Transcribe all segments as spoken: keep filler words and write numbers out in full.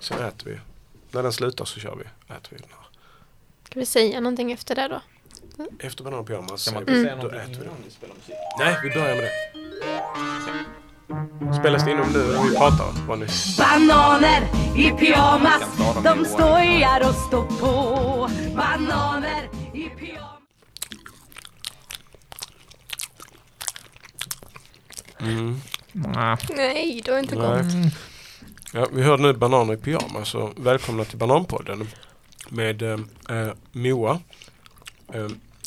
Sen äter vi. När den slutar så kör vi. Äter vi den här. Ska vi säga någonting efter det då? Mm. Efter banan och pyjamas. Kan man inte mm. säga någonting äter vi innan vi spelar musik? Nej, vi börjar med det. Spelas det inom nu när vi pratar? Vad nu? Bananer i pyjamas, de stojar och står på. Bananer i pyjamas. Mm. Mm. Nej, det var inte Nej. gott. Ja, vi hörde nu Bananer i pyjamas, så välkomna till Bananpodden med eh, Moa, eh,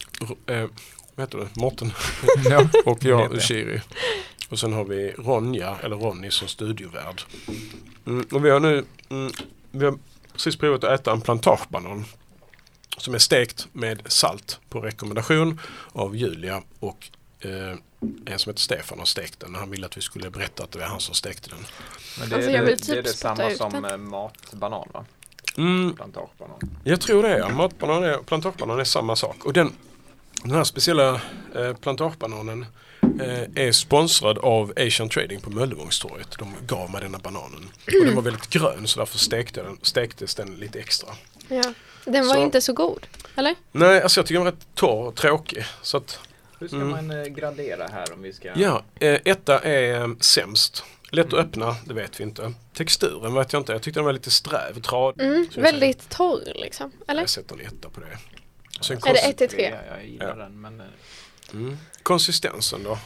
eh, vad heter det? Morten Ja. och jag, Ushiri. Och sen har vi Ronja, eller Ronny som studiovärd. Mm, och vi har nu mm, vi har precis provat att äta en plantagebanan som är stekt med salt på rekommendation av Julia, och eh, en som heter Stefan har stekt den. Han ville att vi skulle berätta att det var han som stekte den. Men det, Alltså, är, jag vill det, typ det är det spotta samma ut som den. eh, matbanan, va? Mm, Plantagebanan. jag tror det, ja. Matbanan är, plantagebanan är samma sak. Och den, den här speciella eh, plantagebananen eh, är sponsrad av Asian Trading på Möllevångstorget. De gav mig denna bananen. Och den var väldigt grön, så därför stekte den, stektes den lite extra. Ja. Den var Så- inte så god, eller? Nej, alltså jag tycker den var rätt torr och tråkig. Så att, Hur ska Mm. man eh, gradera här om vi ska... ja, eh, etta är eh, sämst. Lätt att öppna, det vet vi inte. Texturen vet jag inte. Jag tyckte den var lite sträv, tradig. Mm, skulle jag väldigt torr liksom, säga. eller? Jag sätter en etta på det. Sen Är det kons- ett till tre? Ja, jag gillar Ja. den, men... eh, mm. Konsistensen då?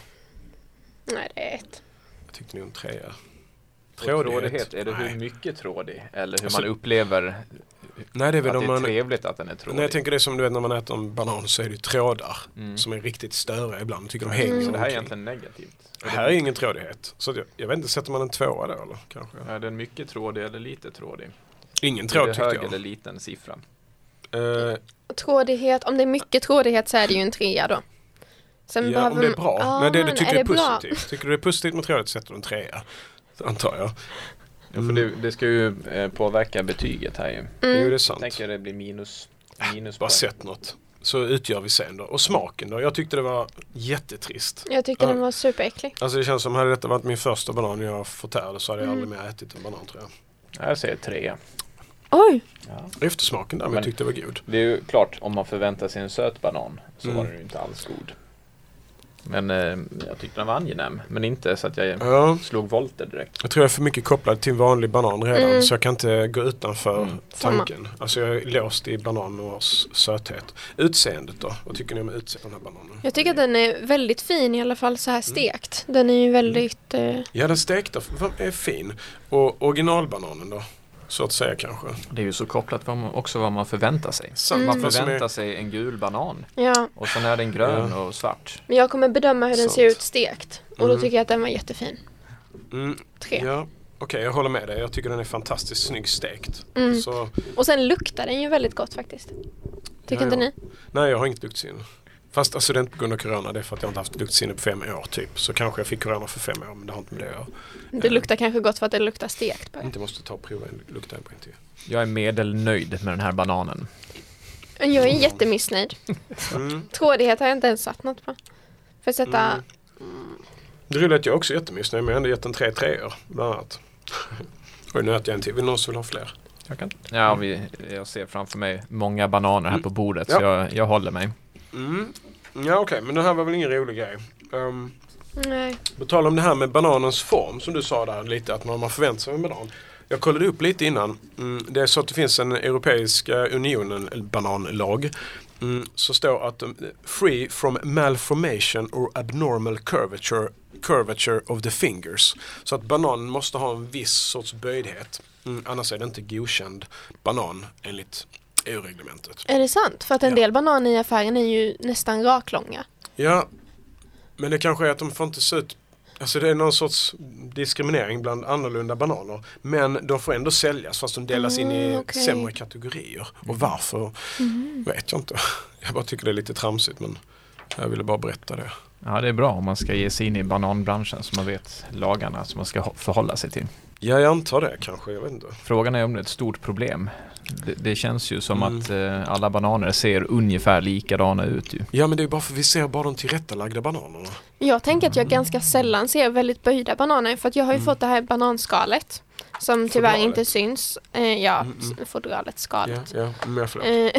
Nej, det är ett. Jag tyckte nog en trea. och trådighet, är det Nej. hur mycket trådig? Eller hur Alltså- man upplever Nej, det är att väl det om är man... trevligt att den är trådig? Nej, jag tänker det är som du vet när man äter en banan, så är det ju trådar Mm. som är riktigt störiga ibland. Jag tycker de Mm. hänger Så det här är omkring. egentligen negativt. Det här är ingen trådighet. Så jag, jag vet inte, sätter man en tvåa då eller? Kanske. Är den mycket trådig eller lite trådig? Ingen Är tråd det tyckte hög jag. eller liten siffra? Eh, Trådighet, om det är mycket trådighet så är det ju en trea då. Sen ja, om det är bra. Ja, men det du men tycker är är, det bra? positivt. Tycker du det är positivt med trådigt, sätter du en trea. Antar jag. Ja, för det, det ska ju eh, påverka betyget här ju. Mm. Jo, det är Jag sant. tänker det blir minus, minus Bara poäng. sett något. Så utgör vi sen då. Och smaken då? Jag tyckte det var jättetrist. Jag tyckte Ja. den var superäcklig. Alltså det känns som hade detta varit min första banan jag förtärde, så hade jag Mm. aldrig mer ätit en banan, tror jag. Ja, jag säger tre. Oj! Ja. Eftersmaken där, men Men- jag tyckte det var god. Det är ju klart, om man förväntar sig en söt banan så Mm. var den ju inte alls god. Men eh, jag tyckte den var angenäm. Men inte så att jag Ja, slog volter direkt. jag tror jag är för mycket kopplad till en vanlig banan redan, Mm. så jag kan inte gå utanför Mm. tanken. Alltså jag är låst i banan och s- söthet. Utseendet då? Vad tycker ni om utseendet av den här bananen? Jag tycker att den är väldigt fin, i alla fall så här stekt. Den är ju väldigt... Eh, Ja, den stekta f- är fin. Och originalbananen då? Så att säga kanske. Det är ju så kopplat vad man, också vad man förväntar sig. Sant. Mm. Man Vad som är- förväntar sig en gul banan ja, och sen är den grön Ja. och svart. men jag kommer bedöma hur den Sant. ser ut stekt. Och då Mm. tycker jag att den var jättefin. Mm, Tre. ja, okej, jag håller med dig. Jag tycker den är fantastiskt snygg stekt. Mm. Så, Och sen luktar den ju väldigt gott faktiskt. Tycker Ja, inte ja. ni? nej, jag har inget luktsinne. Fast alltså det är inte på grund av corona, det är för att jag inte haft luktsinne på fem år typ. Så kanske jag fick corona för fem år, men det har inte med det att göra. Det luktar kanske gott för att det luktar stekt bara. Inte måste ta och prova en lukta på en till. Jag är medelnöjd med den här bananen. Jag är jättemissnöjd. Mm. Trådighet har jag inte ens satt något på. För att sätta... Mm. Det roliga är att jag också är jättemissnöjd, men jag har ändå gett en tre treor bland annat. Oj, nu äter jag en till. Vill någon som vill ha fler? Jag kan. Ja, vi, jag ser framför mig många bananer här på bordet, Ja. så jag, jag håller mig. Mm. Ja, okej, men det här var väl ingen rolig grej. Um, Nej. på tal om det här med bananens form, som du sa där lite, att man, man förväntar sig en banan. Jag kollade upp lite innan. Mm, det är så att det finns en Europeiska unionen bananlag. Mm, så står att um, free from malformation or abnormal curvature, curvature of the fingers. Så att bananen måste ha en viss sorts böjdhet. Mm, annars är det inte godkänd banan enligt E U-reglementet. Är det sant? För att en Ja. del bananer i affären är ju nästan raklånga. Ja, men det kanske är att de får inte se ut. Alltså det är någon sorts diskriminering bland annorlunda bananer. Men de får ändå säljas fast de delas in i Mm, okej. sämre kategorier. Och varför vet jag inte. Jag bara tycker det är lite tramsigt, men jag ville bara berätta det. Ja, det är bra om man ska ge sig in i bananbranschen så man vet lagarna som man ska ho- förhålla sig till. Ja, jag antar det kanske, jag vet inte. Frågan är om det är ett stort problem. Det, det känns ju som Mm. att eh, alla bananer ser ungefär likadana ut ju. Ja, men det är bara för vi ser bara de tillrättalagda bananerna. Jag tänker att jag ganska sällan ser väldigt böjda bananer. För att jag har ju Mm. fått det här bananskalet. som tyvärr Fodralet. inte syns. Eh, ja, Mm, mm. fodralet, skalet. Ja, ja, men jag förlåt. Eh,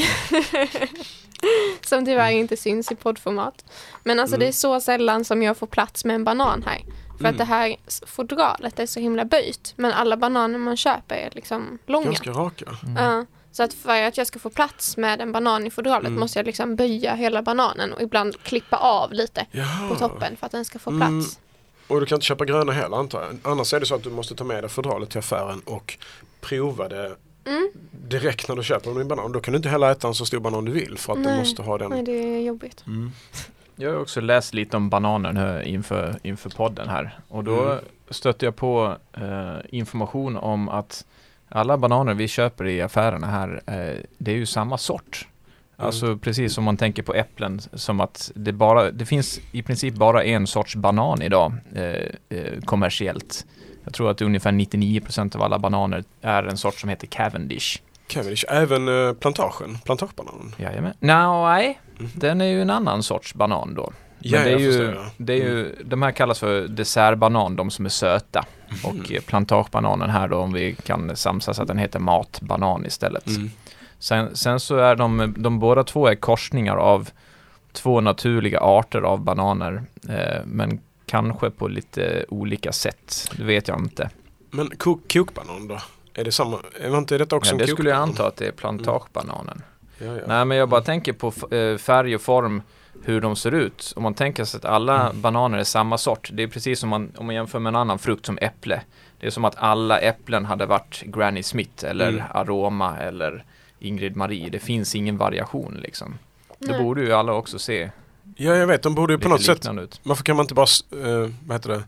som tyvärr inte syns i poddformat. Men alltså Mm. det är så sällan som jag får plats med en banan här. För Mm. att det här s- fodralet är så himla böjt. Men alla bananer man köper är liksom långa. Ganska raka. Ja, så att för att jag ska få plats med en banan i fodralet Mm. måste jag liksom böja hela bananen och ibland klippa av lite Jaha. på toppen för att den ska få Mm. plats. Och du kan inte köpa gröna heller antar jag. Annars är det så att du måste ta med dig fodralet till affären och prova det Mm. direkt när du köper en banan. Då kan du inte heller äta en så stor banan du vill för att Nej. du måste ha den. Nej, det är jobbigt. Mm. Jag har också läst lite om bananer nu inför, inför podden här. Och då Mm. stötte jag på eh, information om att alla bananer vi köper i affärerna här, eh, det är ju samma sort. Mm. Alltså precis som man tänker på äpplen, som att det bara, det finns i princip bara en sorts banan idag eh, eh, kommersiellt. Jag tror att ungefär nittionio procent av alla bananer är en sort som heter Cavendish. Cavendish, även eh, plantagen, plantagebananen. Jajamän. No, nej, Mm. den är ju en annan sorts banan då. Men Ja, det är jag ju, förstår, ja. det är ju, de här kallas för dessertbanan, de som är söta. Och eh, plantagebananen här då, om vi kan samsas att den heter matbanan istället. Mm. Sen, sen så är de, de båda två är korsningar av två naturliga arter av bananer. Eh, men kanske på lite olika sätt, det vet jag inte. Men kok- kokbanan då? Är det samma? Är inte detta också Ja, en det skulle jag kokbanan? anta att det är plantagebananen. Ja, ja. Nej, men jag bara tänker på f- eh, färg och form, hur de ser ut. Om man tänker sig att alla Mm. bananer är samma sort. Det är precis som man, om man jämför med en annan frukt som äpple. Det är som att alla äpplen hade varit Granny Smith eller Mm. Aroma eller Ingrid Marie. Det finns ingen variation liksom. Då Nej. borde ju alla också se ja, jag vet. De borde ju på lite något sätt. liknande ut. Varför kan man inte bara, uh, vad heter det,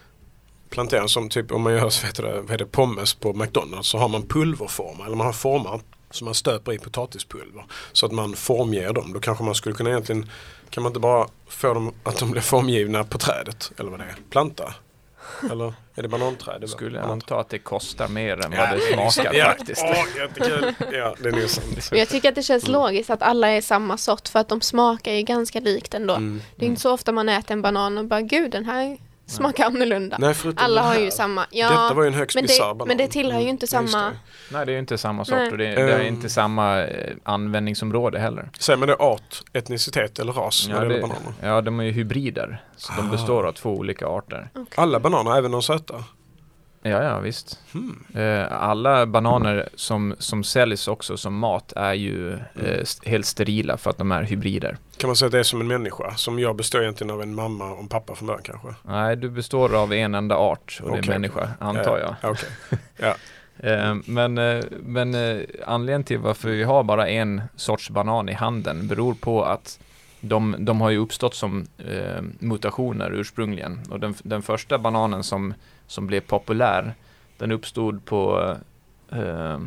plantera som typ om man gör så heter det, vad heter det, pommes på McDonalds så har man pulverformar eller man har formar som man stöper i potatispulver så att man formger dem. Då kanske man skulle kunna egentligen, kan man inte bara få dem att de blir formgivna på trädet eller vad det är, planta? Eller är det bananträd? Det Skulle jag banan- anta att det kostar mer än Ja, vad det smakar ja, faktiskt. Åh, jättekul. Ja, det är nog sant. Men jag tycker att det känns Mm. logiskt att alla är samma sort för att de smakar ju ganska likt ändå. Mm. Det är inte så ofta man äter en banan och bara gud den här smakar annorlunda. Nej, förutom Alla det har här. ju samma. Ja, Detta var ju en högst men, bisarr det, banan. men det tillhör ju inte Ja, just samma. det. Nej, det är ju inte samma sort Nej. och det, det är Ehm. inte samma eh, användningsområde heller. Säger man det art, etnicitet eller ras när Ja, det gäller det, bananer? ja, de är ju hybrider. Så de Ah. består av två olika arter. Alla bananer, även de söta? Ja, ja, visst. Hmm. Eh, alla bananer som, som säljs också som mat är ju eh, st- helt sterila för att de är hybrider. Kan man säga att det är som en människa? Som jag består egentligen av en mamma och en pappa från början kanske? Nej, du består av en enda art och det Okej, är människa, antar jag. Ja, okej. Ja. Eh, men eh, men eh, anledningen till varför vi har bara en sorts banan i handeln beror på att de, de har ju uppstått som eh, mutationer ursprungligen. Och den, den första bananen som, som blev populär, den uppstod på eh,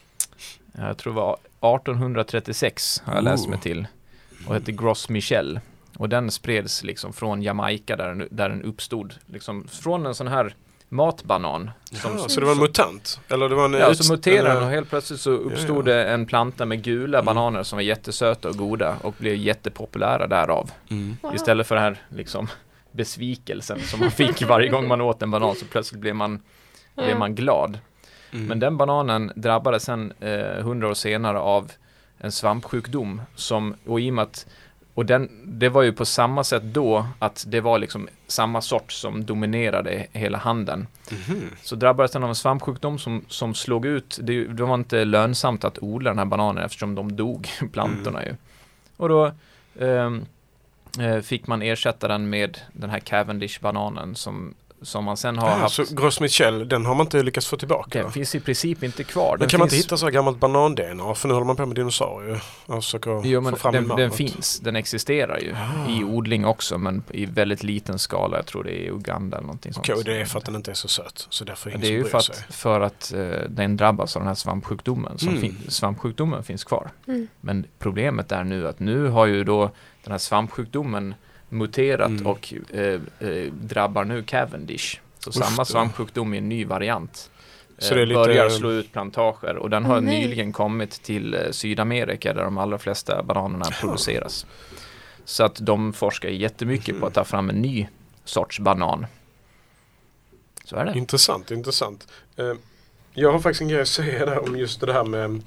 jag tror det var arton trettiosex har jag läst Ooh. mig till. Och hette Gros Michel. Och den spreds liksom från Jamaica där den, där den uppstod. Liksom från en sån här matbanan. Som, Ja, så det var en mutant? Eller det var en Ja, ut- så muterade den eller- och helt plötsligt så uppstod Ja, det en planta med gula Mm. bananer som var jättesöta och goda och blev jättepopulära därav. Mm. Wow. Istället för den här liksom besvikelsen som man fick varje gång man åt en banan, så plötsligt blev man, blev Ja. man glad. Mm. Men den bananen drabbades sen eh, hundra år senare av en svampsjukdom som, och i och med att, och den, det var ju på samma sätt då att det var liksom samma sort som dominerade hela handeln. Mhm. Så drabbades den av en svampsjukdom som, som slog ut, det, det var inte lönsamt att odla den här bananen eftersom de dog, plantorna ju. Och då ehm, eh, fick man ersätta den med den här Cavendish-bananen som, som man sen har Ah, haft. så Gros Michel, den har man inte lyckats få tillbaka? Den finns i princip inte kvar. Men Den kan man inte finns- hitta så här gammalt banan-D N A? För nu håller man på med dinosaurier och försöker Jo, få men fram en den, den mammut. finns, den existerar ju Ah. i odling också, men i väldigt liten skala. Jag tror det är i Uganda eller någonting sånt. Okej, och det är för att den inte är så söt. Så därför är ingen Det är ju som för bryr att, sig. för att eh, den drabbas av den här svampsjukdomen. Som Mm. fin- svampsjukdomen finns kvar. Mm. Men problemet är nu att nu har ju då den här svampsjukdomen muterat Mm. och eh, eh, drabbar nu Cavendish. Så Uff, samma det- svampsjukdom i en ny variant. Så det är lite- Börjar slå ut plantager och den har Åh, nej. nyligen kommit till eh, Sydamerika där de allra flesta bananerna produceras. Så att de forskar jättemycket Mhm. på att ta fram en ny sorts banan. Så är det. Intressant, intressant. Eh, Jag har faktiskt en grej att säga där om just det här med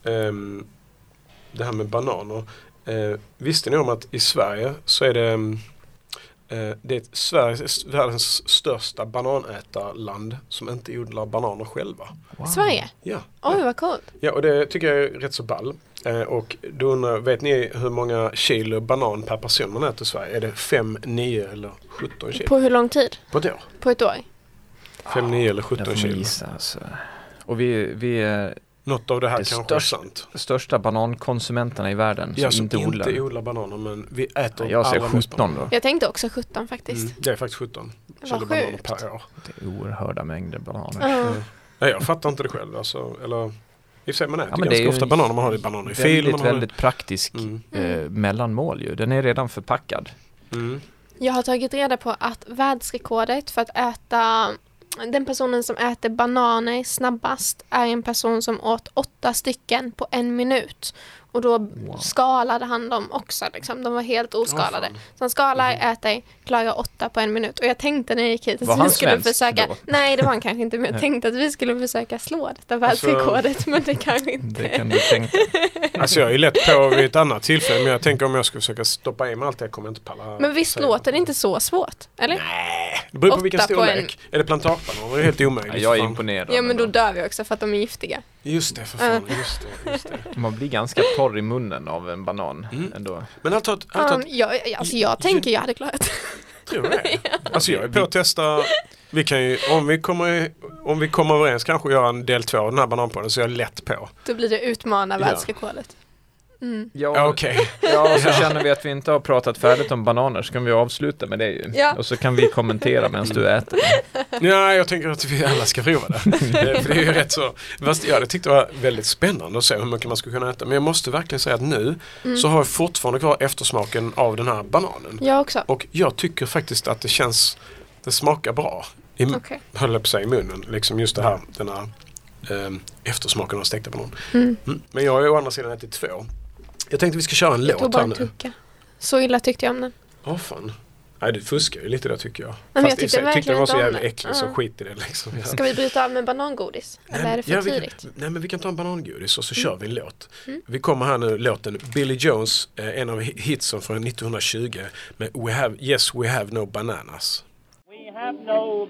um, det här med bananer. Uh, visste ni om att i Sverige så är det um, uh, det är Sveriges världens största bananätarland som inte odlar bananer själva. Wow. Sverige? Ja. Oj, vad coolt. Ja, och det tycker jag är rätt så ball. Uh, och då undrar, vet ni hur många kilo banan per person man äter i Sverige? Är det fem, nio eller sjutton kilo? På hur lång tid? På ett år? På ett år? fem, nio eller Det sjutton får man kilo. gissa, alltså. Och vi, vi är Något av det här Det kanske största- är sant. största banankonsumenterna i världen Ja, som som inte odlar. inte odlar bananer, men vi äter Ja, jag säger allra mest sjutton bananer. då. Jag tänkte också sjutton faktiskt. Mm, det är faktiskt sjutton Vad kilo bananer sjukt. per år. Det är oerhörda mängder bananer. Ja. Mm. Nej, jag fattar inte det själv. Alltså, eller, i och för sig man äter Ja, men det ganska är ju ofta bananer. Man har det i bananer i fil. Väldigt, Man har väldigt praktisk Mm. eh, mellanmål ju. Den är redan förpackad. det. Mm. Jag har tagit reda på att världsrekordet för att äta, den personen som äter bananer snabbast är en person som åt åtta stycken på en minut. Och då Wow. skalade han dem också. Liksom. De var helt oskalade. Åh, fan. Så han skalar, Mhm. äter, klarar åtta på en minut. Och jag tänkte när jag gick hit att Var vi han skulle svensk försöka... då? Nej, det var han kanske inte. Men jag Nej. tänkte att vi skulle försöka slå detta Alltså- världsrekordet. Men det kanske inte... Det kan du tänka. Alltså jag är lätt på vid ett annat tillfälle, men jag tänker om jag skulle försöka stoppa i mig allt, jag kommer inte palla. Men visst säga. låter det inte så svårt? Eller? Nej, det beror på vilken Åtta på storlek. Är det plantagbananer? Det är helt omöjligt. Ja, jag är för fan. imponerad. Ja, men då ändå. dör vi också för att de är giftiga. Just det, för fan. Just det, just det. Man blir ganska torr i munnen av en banan Mm. ändå. Men allt att, allt Um, att, jag, alltså jag tänker jag hade klarat. tror du det? Alltså jag är på att testa. Vi kan ju, om vi kommer, om vi kommer överens kanske göra en del två av den här bananpodden, så jag är lätt på. Då blir det utmana Ja. världsrekordet. Mm. Ja, Ja, okej. ja, och så känner vi att vi inte har pratat färdigt om bananer, så kan vi avsluta med det ju. Ja. Och så kan vi kommentera medan du äter. Ja, jag tänker att vi alla ska prova det. Det- För det är ju rätt så. Fast jag hade tyckt det var väldigt spännande att se hur mycket man skulle kunna äta. Men jag måste verkligen säga att nu Mm. så har jag fortfarande kvar eftersmaken av den här bananen. Jag också. Och jag tycker faktiskt att det känns, det smakar bra. I, Okej. höll jag på sig i munnen. Liksom just det här, den här eh, eftersmaken av stekta banan. Mm. Mm. Men jag har ju å andra sidan ätit två. Jag tänkte vi ska köra en Jag tog låt bara här en nu. tucka. Så illa tyckte jag om den. Åh fan. Nej, du fuskar ju lite där tycker jag. men jag Fast i tyckte sig tyckte verkligen den var så inte om jävla den. äcklig så Ja. skit i det liksom. Ja. Ska vi bryta av med banangodis? Eller är det för ja, vi tidigt? kan, nej men vi kan ta en banangodis och så kör vi en låt. Mm. Vi kommer här nu låten Billy Jones, eh, en av hi- hitsen från nittonhundratjugo med We have, Yes We Have No Bananas. We have no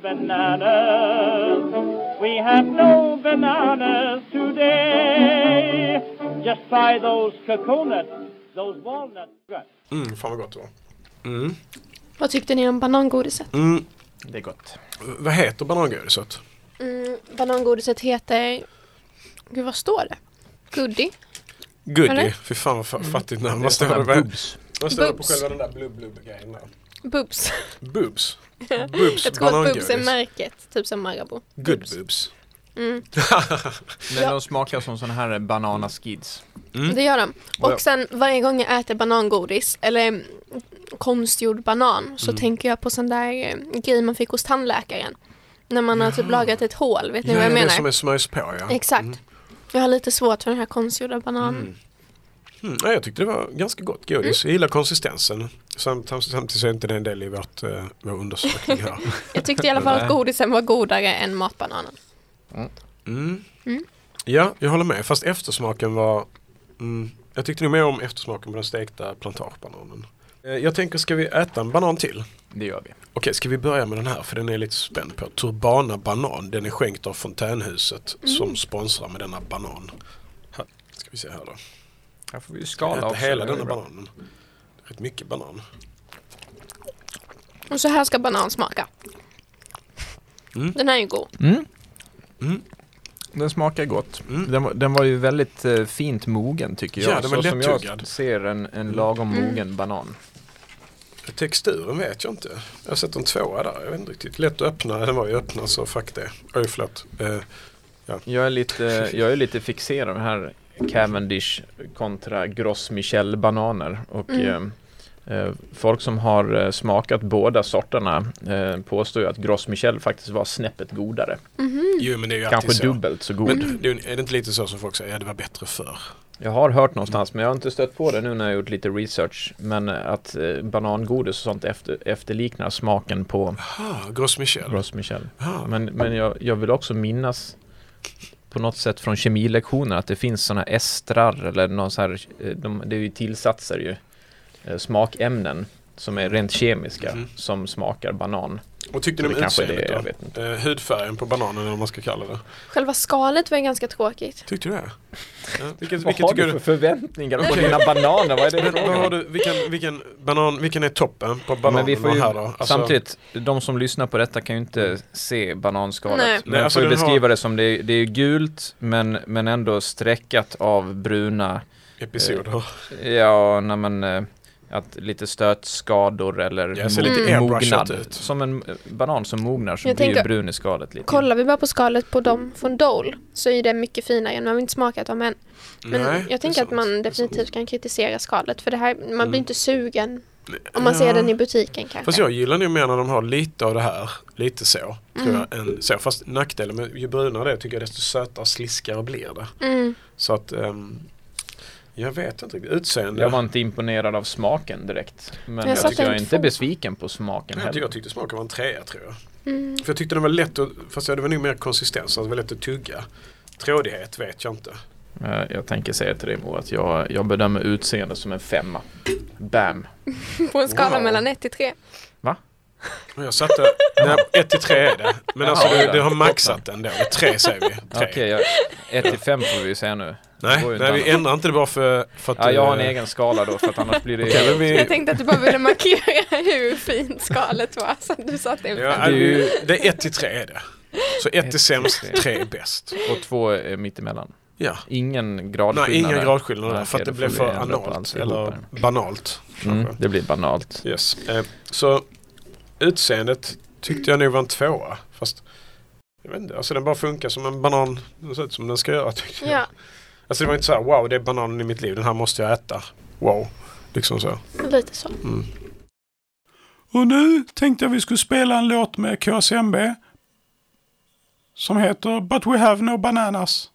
bananas. We have no bananas today. Just try those coconuts, those walnuts. Mm, fan vad gott det var. Mm. Vad tyckte ni om banangodiset? Mm. Det är gott. V- Vad heter banangodiset? Mm, banangodiset heter... Gud, vad står det? Goodie? Goodie. Eller? Fy fan vad fa- fattigt namn. Det är Vad står det, sådana vad, boobs. vad står det på Boobs. själva den där blub blub grejen där? Boobs. Boobs. Boobs Jag tror att boobs är banangodis. märket. Typ som Marabou. Good boobs. Mm. Men Ja. de smakar som sådana här banana skids. Mm. Det gör de. Ja. Och sen varje gång jag äter banangodis eller mm, konstgjord banan så Mm. tänker jag på sån där eh, grej man fick hos tandläkaren. När man har typ Jaha. lagat ett hål, vet ni Ja, vad jag det menar? som är smörjs på ja. Exakt. Mm. Jag har lite svårt för den här konstgjorda bananen. Mm. Mm. Ja, jag tyckte det var ganska gott godis. Jag gillar konsistensen. Samt, samtidigt så är inte det en del i vårt, uh, vår undersökning här. Jag tyckte i alla fall att godisen var godare än matbananen. Mm. Mm. Ja, jag håller med. Fast eftersmaken var... Mm, jag tyckte nog mer om eftersmaken på den stekta plantagebananen. Eh, Jag tänker, ska vi äta en banan till? Det gör vi. Okej, ska vi börja med den här? För den är lite spänd på. Turbana banan. Den är skänkt av Fontänhuset som sponsrar med denna banan. Här ska vi se här då. Här får vi ju Ska skala äta också. hela det är denna bra. bananen. Det är rätt mycket banan. Och så här ska banan smaka. Mm. Den här är ju god. Mm. Mm. Den smakar gott. Mm. Den, var- den var ju väldigt eh, fint mogen tycker jag. Ja, den var Så som lättuggad. jag ser en, en lagom Mm. mogen banan. Texturen vet jag inte. Jag har sett en tvåa där. Jag vet inte riktigt. Lätt att öppna. Den var ju öppna så fuck det. Oj, förlåt. Eh, Jag är lite, jag är lite fixerad med här Cavendish kontra Gros Michel bananer. Och Mm. eh, eh, folk som har eh, smakat båda sorterna eh, påstår ju att Gros Michel faktiskt var snäppet godare. Mhm. jo, men det är ju Kanske alltid så. dubbelt så god. Men det är är det inte lite så som folk säger? Ja, det var bättre förr. Jag har hört någonstans, men jag har inte stött på det nu när jag gjort lite research. Men eh, att eh, banangodis och sånt efter, efterliknar smaken på Aha, Gros Michel. Gros Michel. Ah, Men, men jag, jag vill också minnas på något sätt från kemilektioner att det finns såna estrar eller någon så här, de, det är ju tillsatser ju, smakämnen som är rent kemiska mm. som smakar banan. Och tyckte ni om utseendet jag vet inte. Eh, hudfärgen på bananen eller vad man ska kalla det? Själva skalet var ganska tråkigt. Tyckte du det? Ja, vilket, vad vilket har du för du? förväntningar på dina bananer? Vad är det Men, vad har du, vilken, vilken, banan, vilken är toppen på bananen? Men vi får ju, här då? Alltså, samtidigt, de som lyssnar på detta kan ju inte se bananskalet. Nej. Men Nej, jag alltså får ju den beskriva har... det som det, det är gult men, men ändå sträckat av bruna episoder. Eh, ja, när man... Eh, att lite stötskador eller Jag ser mo- lite mognad. ut. Som en banan som mognar så Jag blir ju tänker, brun i skalet lite. Kollar vi bara på skalet på dem från Dole så är det mycket finare. Man har inte smakat dem än. Men Nej, jag tänker att man definitivt kan kritisera skalet. För det här, man mm. blir inte sugen om man ja. ser den i butiken kanske. Fast jag gillar nog mer när de har lite av det här. Lite så. Tror Mm. jag, än så. Fast nackdelen med ju brunare det är tycker jag desto sötare och sliskare blir det. Mm. Så att... Um, jag vet inte riktigt. Utseende. Jag var inte imponerad av smaken direkt. Men Jag jag, satte tycker jag en är inte två. besviken på smaken Jag, heller. jag tyckte smaken var en trea tror jag. Mm. För jag tyckte den var lätt att, fast det var nog mer konsistens, så det var lätt att tugga. Trådighet vet jag inte. Jag, jag tänker säga till dig Mo att jag, jag bedömer utseende som en femma. Bam. På en skala Wow. mellan ett till tre. Och jag satte, nej, ett till tre är det. Men Jaha, alltså det, det det har är maxat den då. Tre säger vi. Tre. Okej, jag- ett till fem får vi säga nu. Nej, Det går ju nej inte vi ändrar inte det bara för, för att... Ja, jag har en eh, egen skala då för att annars blir det... Okej, men vi, Jag tänkte att du bara ville markera hur fint skalet var. Så att du satte en ja, fem. det, är Det är ju- ju, det är ett till tre är det. Så ett är Ett sämst, till tre. tre är bäst. Och två är mittemellan. Ja. Ingen gradskillnad. Nej, inga där. gradskillnader Nej, för att det okej, blev då får för vi ändra på analt alltihopa eller här. banalt. Mm, kanske. det blir banalt. Yes. Eh, så utseendet tyckte jag nog var en tvåa. Fast jag vet inte, alltså den bara funkar som en banan. Den ser ut som den ska göra tyckte jag. Ja, Alltså det var inte så här, wow det är bananen i mitt liv, den här måste jag äta. Wow, liksom så. lite så. Mm. Och nu tänkte jag vi skulle spela en låt med K S M B som heter But We Have No Bananas.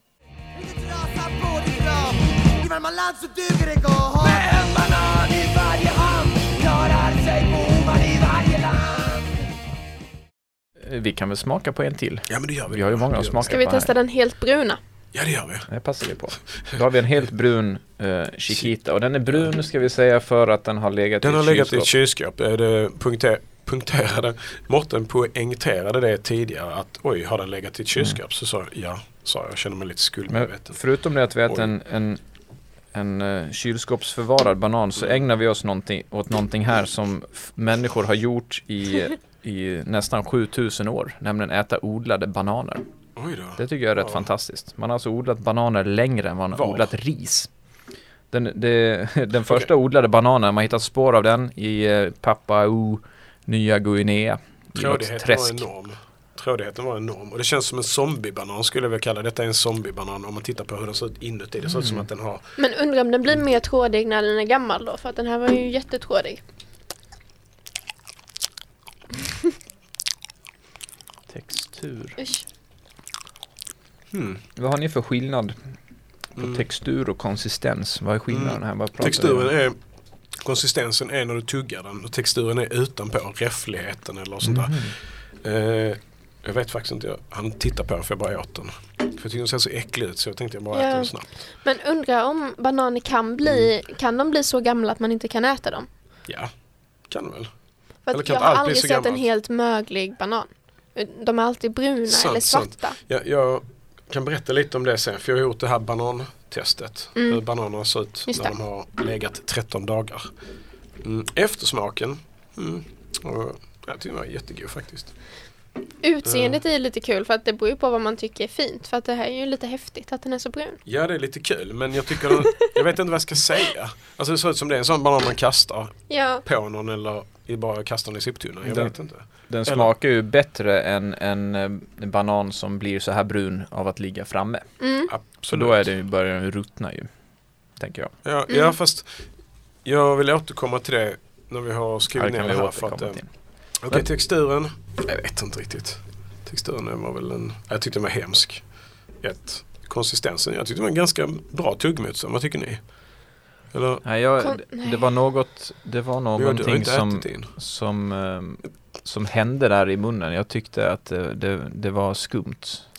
Vi kan väl smaka på en till. Ja men det gör vi. Vi har ju många Det att gör smaka Ska vi på testa här. den helt bruna? Ja det gör vi. Det passar vi på. Då har vi en helt brun uh, Chiquita. Och den är brun ska vi säga för att den har legat Den i har ett legat i ett kylskåp. kylskåp. Eh, Det punkter, punkterade, Morten poängterade det tidigare att oj har den legat i ett kylskåp mm. så sa ja, sa jag känner mig lite skuldmedveten. Förutom det att vi äter Oj. en, en, en uh, kylskåpsförvarad banan så ägnar vi oss någonting, åt någonting här som f- människor har gjort i, i nästan sjutusen år. Nämligen äta odlade bananer. Oj då. Det tycker jag är rätt Ja. fantastiskt. Man har alltså odlat bananer längre än vad man har Var? odlat ris. Den, det, den första odlade bananen, man hittat spår av den i eh, Papua Nya Guinea. I något Trådigheten träsk. var enorm. Trådigheten var enorm. Och det känns som en zombiebanan skulle jag vilja kalla det. Detta är en zombiebanan om man tittar på hur den ser ut inuti. Det ser ut som att den har... Men undrar om den blir mer trådig när den är gammal då? För att den här var ju jättetrådig. Textur. Usch. Hmm. Vad har ni för skillnad på Mm. textur och konsistens? Vad är skillnaden här? Vad pratar Texturen vi om? är... Konsistensen är när du tuggar den och texturen är utanpå, räffligheten eller sånt där. Mhm. Eh, jag vet faktiskt inte, jag han tittar på den för jag bara åt den. För jag tycker den ser så äcklig ut så jag tänkte jag bara Ja. äter den snabbt. Men undrar om bananer kan bli, kan de bli så gamla att man inte kan äta dem? Ja, kan väl. För Eller att kan jag inte har allt bli aldrig så sett en gammalt? helt möglig banan. De är alltid bruna Sant, eller sant. svarta. Jag, jag kan berätta lite om det sen för jag har gjort det här banantestet. Mm. Hur bananerna ser ut Just när det. de har legat tretton dagar. Mm. Eftersmaken, mm. och jag tycker den var jättegod faktiskt. Utseendet är lite kul för att det beror ju på vad man tycker är fint. För att det här är ju lite häftigt att den är så brun. Ja det är lite kul men jag tycker den, jag vet inte vad jag ska säga. Alltså det ser ut som det är en sån banan man kastar Ja, på någon eller i bara kastar den i soptunnan. Jag Den- vet inte. Den Eller- smakar ju bättre än en, eh, en banan som blir så här brun av att ligga framme. mm. Så Absolut. då är det ju, börjar den ruttna ju, tänker jag. Ja, Mm. ja fast jag vill återkomma till det när vi har Ja, skrivit det ner kan det vi här. För att, återkomma eh, till. Okej, texturen. Jag vet inte riktigt. Texturen var väl en... Jag tyckte den var hemsk. Ett. Konsistensen. Jag tyckte det var en ganska bra tuggmotstånd. Vad tycker ni? Eller? Nej, jag, Kon- det- nej. det var något, det var Du har någonting inte som, ätit in. som, ehm, som hände där i munnen. Jag tyckte att det, det, det var skumt.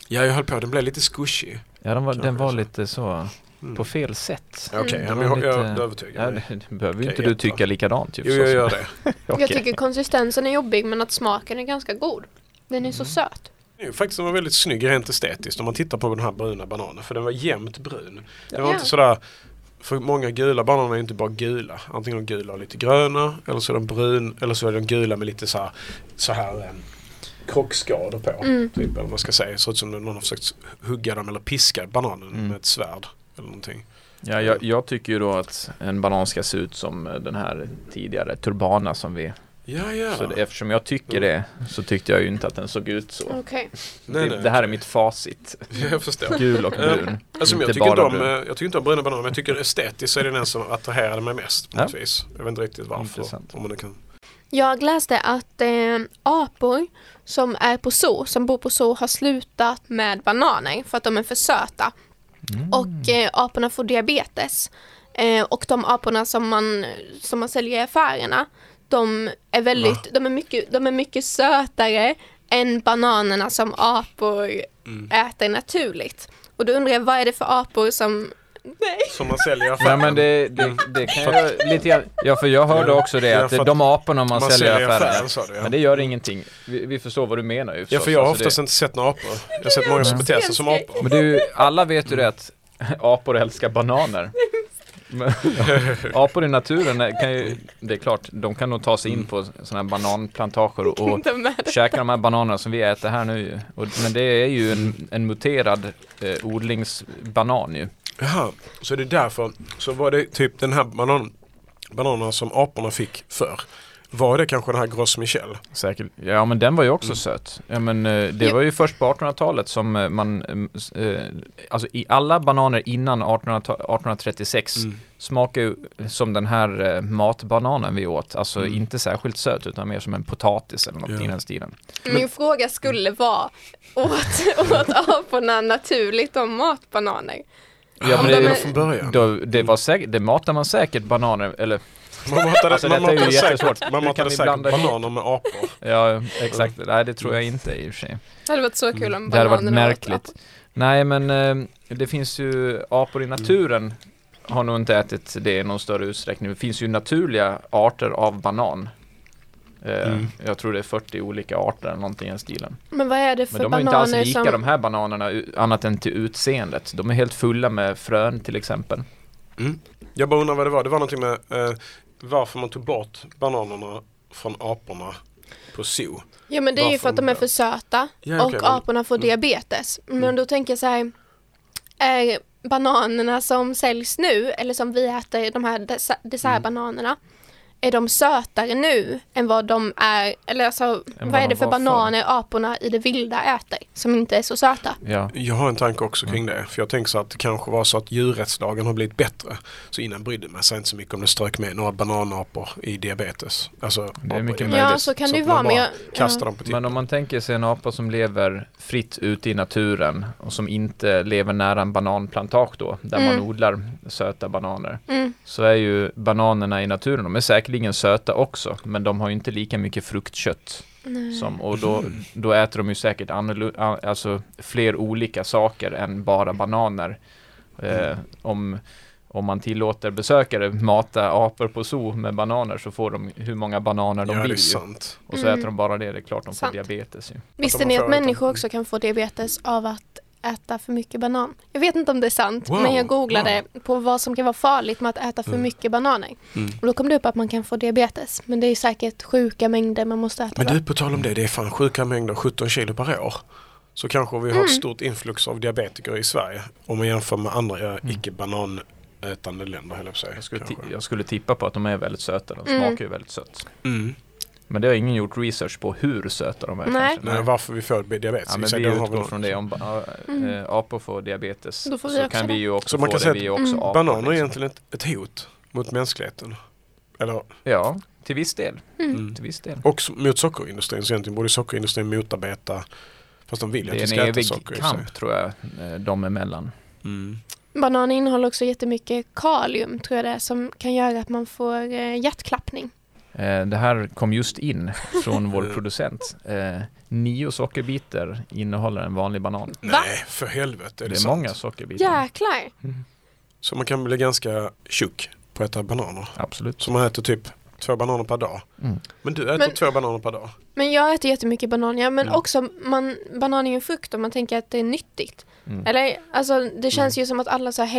Ja, jag höll på. Den blev lite squishy. Ja, den var, Kanske den var så. lite så Mm. på fel sätt. Okej, okay, Mm. ja, men jag, jag, jag övertygar Ja, mig. det, det behöver ju Okej, inte du jättebra. tycka likadant. Typ, Jo, så jag som- gör det. Okej. Jag tycker konsistensen är jobbig men att smaken är ganska god. Den är så Mm. söt. Det är ju faktiskt den var väldigt snygg rent estetiskt om man tittar på den här bruna bananen. För den var jämnt brun. Den var Ja. inte sådär... För många gula bananer är inte bara gula. Antingen de gula och lite gröna. Eller så är de brun. Eller så är de gula med lite så här, så här um, krockskador på. Mm. Typ, eller vad man ska säga. Så ut som någon har försökt hugga dem eller piska bananen Mm. med ett svärd. Eller någonting. Ja, jag, jag tycker ju då att en banan ska se ut som den här tidigare Turbana som vi... Ja, ja. Så det, eftersom jag tycker det så tyckte jag ju inte att den såg ut så. Okej. Nej, det, nej. det här är mitt facit. Jag förstår. Gul och brun. Alltså, jag, Inte tycker inte bara om, brun. eh, jag tycker inte om bruna bananer, men jag tycker estetiskt så är det den som attraherade mig mest på något Ja. vis. Jag vet inte riktigt varför. Intressant. Om man nu kan. Jag läste att eh, apor som är på zoo, som bor på zoo, har slutat med bananer för att de är för söta. Mm. Och eh, aporna får diabetes. Eh, och de aporna som man, som man säljer i affärerna, de är väldigt, de är mycket, de är mycket sötare än bananerna som apor Mm. äter naturligt. Och då undrar jag, vad är det för apor som... Nej. Som man säljer i Ja, affären. men det, det, det kan jag lite grann, ja, för jag hörde också det Ja, att för att de aporna man, man säljer i säljer i affären, affären, sa du, ja. men det gör ingenting. Vi, vi förstår vad du menar ju. Ja, förstås. för jag har Alltså, oftast det, inte sett några apor. Jag har sett många som beter sig som apor. Men det är ju, alla vet ju det att apor älskar bananer. Men, apor i naturen är- kan ju, det är klart, de kan nog ta sig in på sådana här bananplantager och, och Inte med det. käka de här bananerna som vi äter här nu ju. Och, men det är ju en, en muterad eh, odlingsbanan ju. Jaha, så det är därför. Så var det typ den här banan, bananerna som aporna fick för. Var det kanske den här Gros Michel? Säkert. Ja, men den var ju också Mm. söt. Ja, men eh, det Jo. var ju först på artonhundratalet som eh, man, eh, alltså i alla bananer innan artonhundra artonhundratrettiosex Mm. smakar ju som den här eh, matbananen vi åt. Alltså Mm. inte särskilt söt utan mer som en potatis eller något Ja. i den stilen. Min fråga skulle vara, åt, åt aporna naturligt om matbananer? Ja, men Om det, de är- från början. då, det var säkert, det matar man säkert bananer, eller Man matade, Alltså, man detta är ju matade jättesvårt. säkert, man Hur kan matade vi säkert blanda ihop? bananer med apor. ja, exakt. Nej, det tror jag inte i och för sig. Det hade varit så kul om Det hade varit bananerna åt märkligt. apor. Nej, men eh, det finns ju apor i naturen har nog inte ätit det i någon större utsträckning. Det finns ju naturliga arter av banan. Eh, Mm. Jag tror det är fyrtio olika arter eller någonting i den stilen. Men vad är det för Men de är inte alls bananer lika som... de här bananerna u- annat än till utseendet. De är helt fulla med frön till exempel. Mm. Jag bara undrar vad det var. Det var någonting med eh, varför man tog bort bananerna från aporna på zoo. Ja, men det är ju Varför för att de är de- för söta Ja, och okej, men- aporna får Mm. diabetes. Men Mm. då tänker jag så här, är bananerna som säljs nu, eller som vi äter, de här dessa- dessertbananerna, är de sötare nu än vad de är, eller alltså, vad vad är de det för var förr. bananer aporna i det vilda äter som inte är så söta? Ja. Jag har en tanke också kring det. För jag tänker så att det kanske var så att djurrättslagen har blivit bättre. Så innan brydde man sig inte så mycket om det strök med några bananapor i diabetes. Alltså, Det är apor mycket i möjligt. Ja, diabetes. så kan det ju att man vara. Men bara jag, kastar ja. dem på tippen. Men om man tänker sig en apa som lever fritt ute i naturen och som inte lever nära en bananplantage då, där Mm. man odlar söta bananer, Mm. så är ju bananerna i naturen, de är säkerligen söta också, men de har ju inte lika mycket fruktkött Nej. som, och då, då äter de ju säkert annorlunda, alltså fler olika saker än bara bananer. Eh, om, om man tillåter besökare mata apor på zoo med bananer så får de hur många bananer de Ja, det vill är ju. sant. Och så Mm. äter de bara det, det är klart de får Sant. diabetes ju. Visste de ni har att förut- människor också kan få diabetes av att äta för mycket banan? Jag vet inte om det är sant, Wow, men jag googlade på vad som kan vara farligt med att äta för Mm. mycket bananer. Mm. Och då kom det upp att man kan få diabetes. Men det är säkert sjuka mängder man måste äta. Men då. du, på tal om det, det är fan sjuka mängder, sjutton kilo per år. Så kanske vi har Mm. ett stort influx av diabetiker i Sverige. Om man jämför med andra icke-bananätande länder, höll jag på att säga. Jag skulle, ti- kanske. jag skulle tippa på att de är väldigt söta, de Mm. smakar ju väldigt sött. Mm. Men det har ingen gjort research på hur söta de är. Nej. kanske. Nej, varför vi får diabetes. Ja, men Så vi den har utgår väl- från det, om ba- Mm. äh, apor får diabetes Då får vi så också kan vi det. ju också Så man få kan det, säga vi är att också mm, apor. Bananer är liksom. egentligen ett, ett hot mot mänskligheten. Eller, Ja, till viss del. mm. Till viss del. Och s- mot sockerindustrin. Så egentligen borde sockerindustrin motarbeta. Fast de vill ju Det att är vi en ska äta evig socker i sig. kamp tror jag, eh, de emellan. Mm. Banan innehåller också jättemycket kalium, tror jag det är, som kan göra att man får eh, hjärtklappning. Eh, det här kom just in från vår producent. Eh, nio sockerbitar innehåller en vanlig banan. Va? Nej, för helvete. Är det, Det är sant? många sockerbitar. Jäklar. Så man kan bli ganska tjock på att äta bananer. Absolut. Så man äter typ två bananer per dag. Mm. Men du äter Men- två bananer per dag. Men jag äter jättemycket banan, ja, men Mm. också man, banan är ju en frukt och man tänker att det är nyttigt. Mm. Eller, alltså det känns ju som att alla så här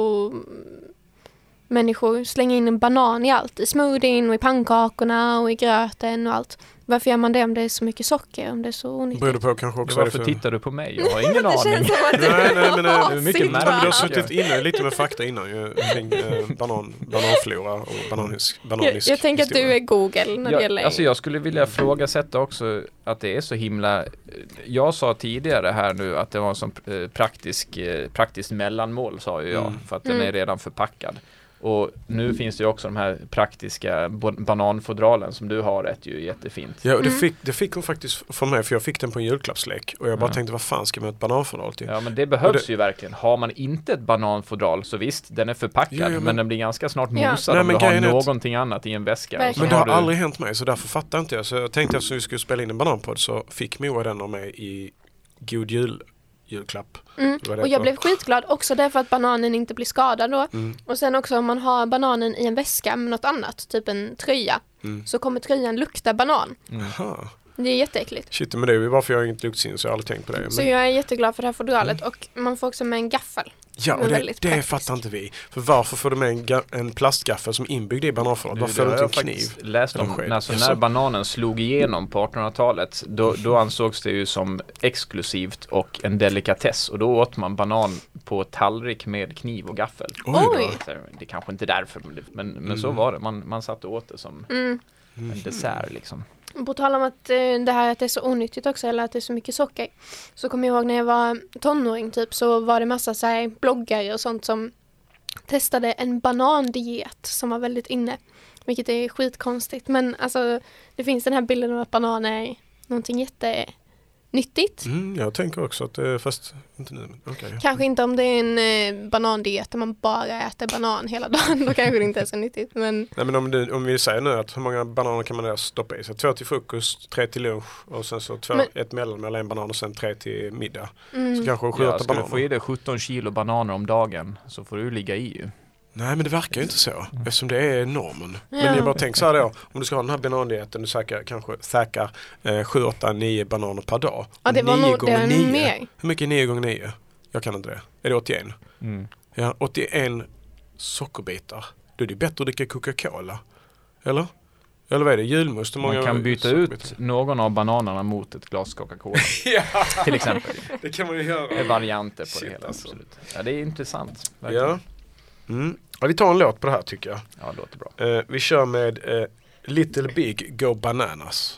hälsomänniskor slänger in en banan i allt. I smoothien och i pannkakorna och i gröten och allt. Varför gör man det om det är så mycket socker, om det är så onyttigt? Beror det på kanske också vad det är Varför för... tittar du på mig? Jag har ingen Det aning. känns som att du Nej, nej, men, eh, har mycket sitt märkligt. Men du har barn. suttit inne lite med fakta innan ju, kring eh, banan, bananflora och bananisk, jag, bananisk jag tänker att du historia. är Google när det Jag, gäller... alltså jag skulle vilja frågasätta också att det är så himla... Jag sa tidigare här nu att det var en sån eh, praktisk, eh, praktiskt mellanmål, sa ju jag, Mm. för att den Mm. är redan förpackad. Och nu finns det ju också de här praktiska bo- bananfodralen som du har, ett ju jättefint. Ja, och det, Mm. fick, det fick hon faktiskt från mig, för jag fick den på en julklappslek. Och jag bara Ja. tänkte, vad fan ska man ha ett bananfodral till? Ja, men det behövs Och det- ju verkligen. Har man inte ett bananfodral så visst, den är förpackad, Ja, ja, men- men den blir ganska snart Ja. mosad Nej, om men du har grejen är att- någonting annat i en väska. Verkligen. Och så Men det har du... aldrig hänt mig, så därför fattar inte jag. Så jag tänkte att vi skulle spela in en bananpodd, så fick Moa den av mig i God Jul julklapp. Mm. Det var det Och jag på. blev skitglad också därför att bananen inte blir skadad då. Mm. Och sen också om man har bananen i en väska med något annat, typ en tröja, Mm. så kommer tröjan lukta banan. Aha. Det är jätteäckligt. Shit, men det är ju varför jag har inget luktsinne, så jag har aldrig tänkt på det. Så Men, jag är jätteglad för det här fodralet och man får också med en gaffel. ja, är och det, väldigt det praktisk. fattar inte vi. För varför får du med en, ga- en plastgaffel som är inbyggd i bananfodralet? Varför får du inte en kniv? läst om, Eller sked. alltså, Jaså? när bananen slog igenom på artonhundratalet, då, då ansågs det ju som exklusivt och en delikatess, och då åt man banan på tallrik med kniv och gaffel. Oj då. Oj. Så det är kanske inte därför, men, det- men, men så Mm. var det. Man, man satt och åt det som Mm. en dessert liksom. På tal om att eh, det här att det är så onyttigt också, eller att det är så mycket socker, så kommer jag ihåg när jag var tonåring typ, så var det massa så här bloggare och sånt som testade en banandiet som var väldigt inne, vilket är skitkonstigt, men alltså det finns den här bilden av att banan är någonting jättenyttigt. Mm, jag tänker också att det, fast inte nu, men okej. ja. Kanske inte om det är en eh, banandiet där man bara äter banan hela dagen, då kanske det inte är så nyttigt, men Nej, men om, det, om vi säger nu att hur många bananer kan man där stoppa i? Så två till frukost, tre till lunch och sen så två, Men- ett mellanmål, en banan och sen tre till middag. Så mm, kanske sju, Ja, åtta ska du få bananer. i dig sjutton kilo bananer om dagen så får du ligga i ju. Nej, men det verkar ju inte så. Eftersom det är normen. Ja. Men jag bara tänker så här då. Om du ska ha den här banandieten, du säkar, kanske säkrar eh, sju, åtta, nio bananer per dag. ja, det var Nio nog det gånger är nio. mer. Hur mycket är nio gånger nio? Jag kan inte det. Är det åttioen? Mm. Ja, åttioen sockerbitar. Då är det bättre att dricka Coca-Cola. Eller? Eller vad är det? Julmust? Hur många Man kan byta sockerbitar? ut någon av bananerna mot ett glas Coca-Cola Ja, till exempel. det kan man ju Det är göra. varianter på Shit, det hela. alltså. Absolut. Ja, det är intressant. Verkligen. Ja. Mm. Ja, vi tar en låt på det här tycker jag. Ja, det låter bra. Eh, vi kör med eh, Little Big Go Bananas.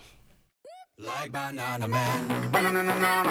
Like banana man.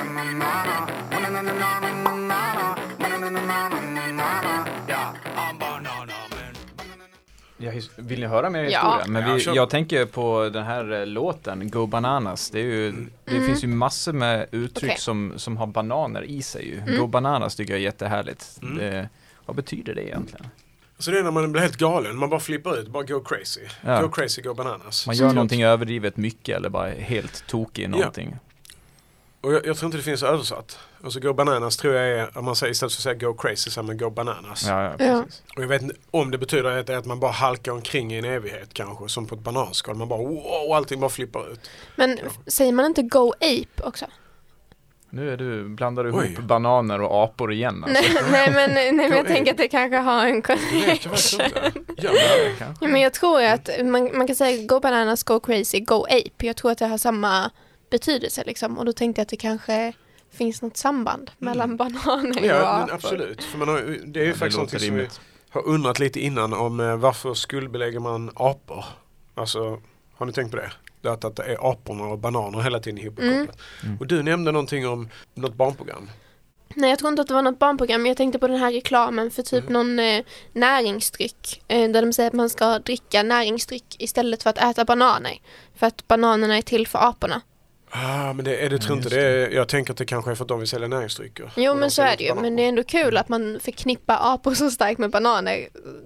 Yeah, I'm banana man. Ja, his- vill ni höra mer Ja. historia? Men Ja, vi, kör. jag tänker på den här eh, låten, Go Bananas. Det, är ju, det finns ju massor med uttryck Okej. som, som har bananer i sig. Ju. Mm. Go Bananas tycker jag är jättehärligt. Mm. Det, vad betyder det egentligen? Så det är när man blir helt galen, man bara flippar ut, bara go crazy. Ja. Go crazy, go bananas. Man Så gör jag- någonting överdrivet mycket eller bara helt tokig i någonting. Och jag, jag tror inte det finns översatt. Alltså go bananas tror jag är, om man säger istället för att säga go crazy så man go bananas. Ja, ja, Ja. precis. Och jag vet inte om det betyder att, att man bara halkar omkring i en evighet kanske, som på ett bananskal. Man bara wow, allting bara flippar ut. Men f- säger man inte go ape också? Nu är du, blandar du Oj. ihop bananer och apor igen. Alltså. nej, nej, men, nej, men Go jag ape. tänker att det kanske har en Det vet jag faktiskt connection. inte. Ja, Ja, kanske. Ja, men jag tror att man, man kan säga go bananas, go crazy, go ape. Jag tror att det har samma betydelse liksom. Och då tänkte jag att det kanske finns något samband mellan bananer och ja men apor. absolut. För man har, ju- det är ju Ja, det faktiskt låter någonting som vi rimligt. har undrat lite innan om eh, varför skuldbelägger man apor? Alltså, har ni tänkt på det? Det att, att det är aporna och bananer hela tiden ihopkopplat. Mm. Mm. Och du nämnde någonting om något barnprogram. Nej, jag tror inte att det var något barnprogram, men jag tänkte på den här reklamen för typ Mm. någon eh, näringsdryck. Eh, där de säger att man ska dricka näringsdryck istället för att äta bananer. För att bananerna är till för aporna. Ah, men det, är det, tror inte just det är, jag tänker att det kanske är för att de vill sälja näringsdrycker. Jo, Och de men så säljer är det ju. inte Men bananer. det är ändå kul att man förknippar apor så starkt med bananer.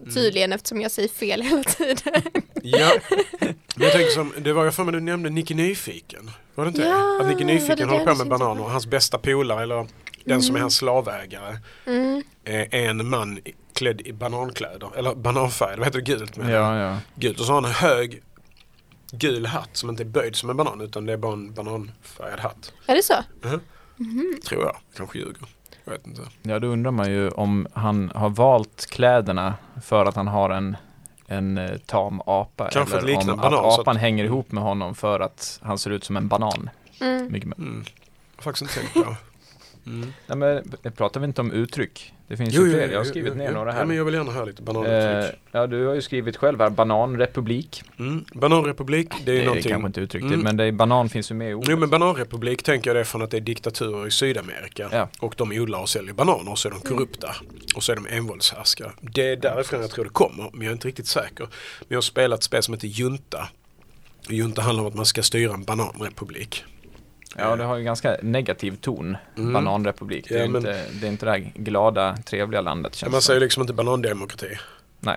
Tydligen eftersom jag säger fel hela tiden. Ja, men jag tänker som, det var jag för mig du nämnde Nicky Nyfiken. Var det inte Ja, det? Att Nicky var det Nyfiken det håller på jag med tänkte bananer. på? Hans bästa polare, eller den som är hans slavägare, Mm. är en man i- klädd i banankläder. Eller bananfärg, vad heter det, gult med Ja, ja. gult. Och så har han en hög gul hatt som inte är böjd som en banan, utan det är bara en bananfärgad hatt. Är det så? Mhm. Tror jag, kanske ljuger. Jag vet inte. Ja, då undrar man ju om han har valt kläderna för att han har en, en eh, tam apa. Kanske att eller likna om en banan, att så apan att- hänger ihop med honom för att han ser ut som en banan. Mm. Mycket med. Mm. Jag har faktiskt inte tänkt på. Mm. Nej, men eh, pratar vi inte om uttryck? Det finns Jo, ju jo, fler. Jag har jo, skrivit jo, ner jo. några här. Ja, men jag vill gärna höra lite eh, bananuttryck. ja, du har ju skrivit själv här, bananrepublik. Mm. Bananrepublik, det är Det är någonting... kanske inte uttryckt, Mm. men det är, banan finns ju med i ordet. Jo, men bananrepublik tänker jag det från att det är diktaturer i Sydamerika. Ja. Och de odlar och säljer bananer och så är de korrupta. Och så är de envåldshärskare. Det är därifrån jag tror det kommer, men jag är inte riktigt säker. Men jag har spelat ett spel som heter Junta. Och Junta handlar om att man ska styra en bananrepublik. Ja, det har ju ganska negativ ton, Mm. bananrepublik. Det är, Ja, ju men- inte, det är inte det här glada, trevliga landet, känns Man det säger som. liksom inte banandemokrati. Nej.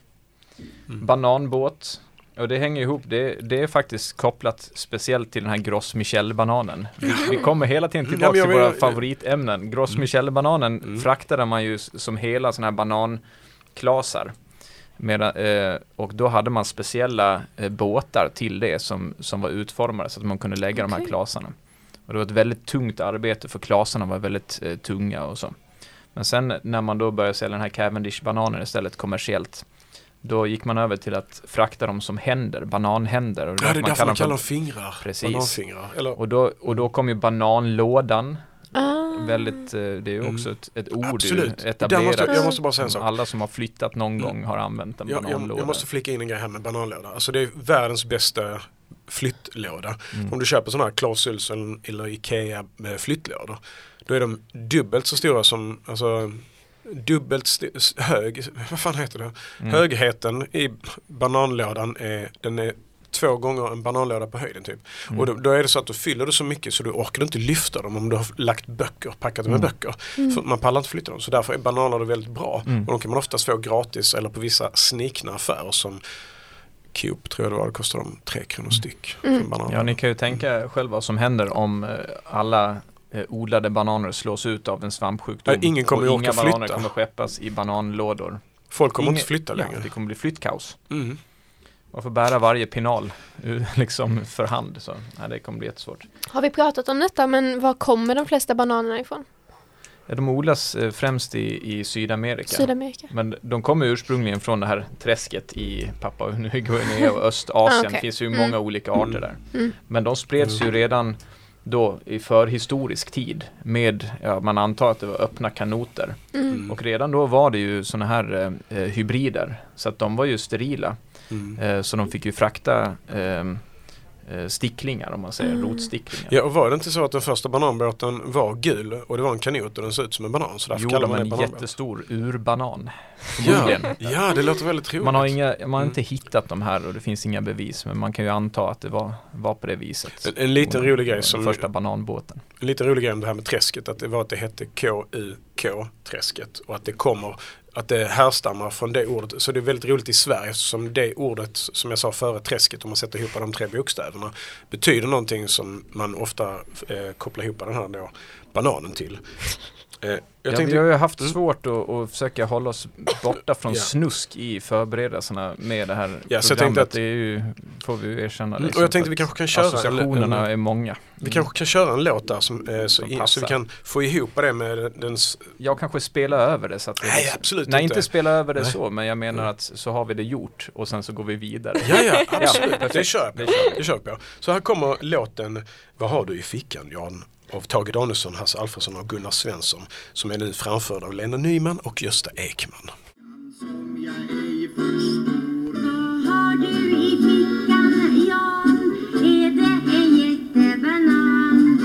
Mm. Bananbåt. Och det hänger ihop, det, det är faktiskt kopplat speciellt till den här Gros Michel-bananen. Vi, vi kommer hela tiden Ja, tillbaka men jag till våra vill- favoritämnen. Gros Michel-bananen Mm. fraktade man ju s- som hela sådana här bananklasar. Medan, eh, och då hade man speciella eh, båtar till det som, som var utformade så att man kunde lägga de här Okej. klasarna. Och det var ett väldigt tungt arbete för klasarna var väldigt eh, tunga och så. Men sen när man då började sälja den här Cavendish-bananen istället kommersiellt, då gick man över till att frakta dem som händer, bananhänder. Och Ja, det är därför man dem kallar dem för- fingrar. Precis. Bananfingrar. Eller, och då, och då kom ju bananlådan, Ah. väldigt, eh, det är ju också ett, ett ord Absolut. ju, Där etablerat. måste, jag måste bara säga en sak. Alla som har flyttat någon Mm. gång har använt en Jag, jag, bananlåda. jag måste flika in en grej här med bananlåda. Alltså det är världens bästa flyttlåda. Mm. Om du köper sådana här Clas Ohlson eller Ikea med flyttlådor. Då är de dubbelt så stora som, alltså dubbelt st- hög, vad fan heter det? Mm. Högheten i bananlådan är, den är två gånger en bananlåda på höjden typ. Mm. Och då, då är det så att du fyller det så mycket så du orkar inte lyfta dem om du har lagt böcker, packat dem med Mm. böcker. För man pallar inte flytta dem. Så därför är bananlådor väldigt bra. Mm. Och de kan man oftast få gratis eller på vissa snikna affärer som Coop tror jag det var, det kostar dem tre kronor styck. Mm. För bananer. Ja, ni kan ju tänka själva vad som händer om eh, alla eh, odlade bananer slås ut av en svampsjukdom. Ja, ingen kommer och ju inga orka bananer flytta. kommer skeppas i bananlådor. Folk kommer Ingen- inte flytta Ja, längre. det kommer bli flyttkaos. Mm. Man får bära varje pinal eh, liksom för hand. Så nej, det kommer bli jättesvårt. Har vi pratat om detta, men var kommer de flesta bananerna ifrån? Ja, de odlas eh, främst i, i Sydamerika. Sydamerika. Men de kommer ursprungligen från det här träsket i Papua Nya Guinea och Östasien. Ah, okej. Det finns ju Mm. många olika arter där. Mm. Men de spreds ju redan då i förhistorisk tid med, ja, man antar att det var öppna kanoter. Mm. Och redan då var det ju såna här eh, hybrider. Så att de var ju sterila. Mm. Eh, så de fick ju frakta eh, eh, sticklingar, om man säger, Mm. rotsticklingar. Ja, och var det inte så att den första bananbåten var gul och det var en kanot och den såg ut som en banan? Så därför Jo, kallar de man var det en bananbåt. jättestor urbanan. Ja, Förmodligen. ja, det låter väldigt roligt. Man har, inga, man har Mm. inte hittat de här och det finns inga bevis, men man kan ju anta att det var, var på det viset. En, en liten Och- rolig grej den som första bananbåten. En liten rolig grej om det här med träsket, att det var att det hette K U K träsket och att det kommer, att det härstammar från det ordet. Så det är väldigt roligt i Sverige eftersom det ordet, som jag sa före träsket, om man sätter ihop de tre bokstäverna, betyder någonting som man ofta eh, kopplar ihop den här då, bananen till. Eh, jag Ja, tänkte, vi har ju haft Mm. svårt att, att försöka hålla oss borta från Ja. snusk i förberedelserna med det här Ja, så jag programmet. tänkte att- det är ju, får vi ju erkänna. Mm, liksom, och jag tänkte för vi att kanske kan köra en- associationerna en- är många. vi kanske kan köra en låt där som, eh, så, Som in, så passar. vi kan få ihop det med den... s- Jag kanske spelar över det så att det Nej, liksom- absolut Nej, inte. inte spela över det Nej. så, men jag menar Mm. att så har vi det gjort och sen så går vi vidare. Ja, ja, absolut. perfekt. det kör jag på. Det kör vi. Det kör jag på. Så här kommer låten Vad har du i fickan, Jan? Av Tage Danielsson, Hasse Alfredsson och Gunnar Svensson, som är nu framförd av Lena Nyman och Gösta Ekman. Som jag ej förstår. Vad har du i fickan, Jan? Är det en jättebanan?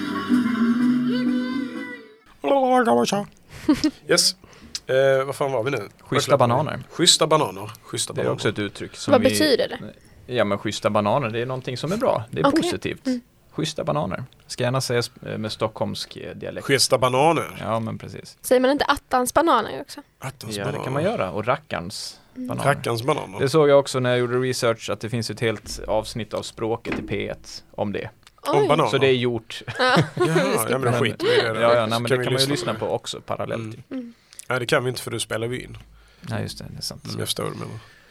Yes. Eh, vad fan var vi nu? Schyssta bananer. Schyssta bananer. Schyssta Det är bananer. också ett uttryck som Vad vi... betyder det? Ja, men schyssta bananer, det är någonting som är bra. Det är Okej. positivt. Mm. schyssta bananer. Ska gärna sägas med stockholmsk dialekt. Schyssta bananer. Ja, men precis. Säger man inte attans bananer också? Attans Ja, bananer. det kan man göra. Och rackarns bananer. Rackarns bananer. Det såg jag också när jag gjorde research att det finns ett helt avsnitt av Språket i P ett om det. Om Oj. bananer. Så det är gjort. Jaha, ja, men då skiter vi i det. Ja, ja, nej, men Så det vi kan man ju lyssna det. på också parallellt. Mm. Mm. Nej, det kan vi inte för du spelar vin. Nej, just det. Det är sant. Mm, jag förstår det menar.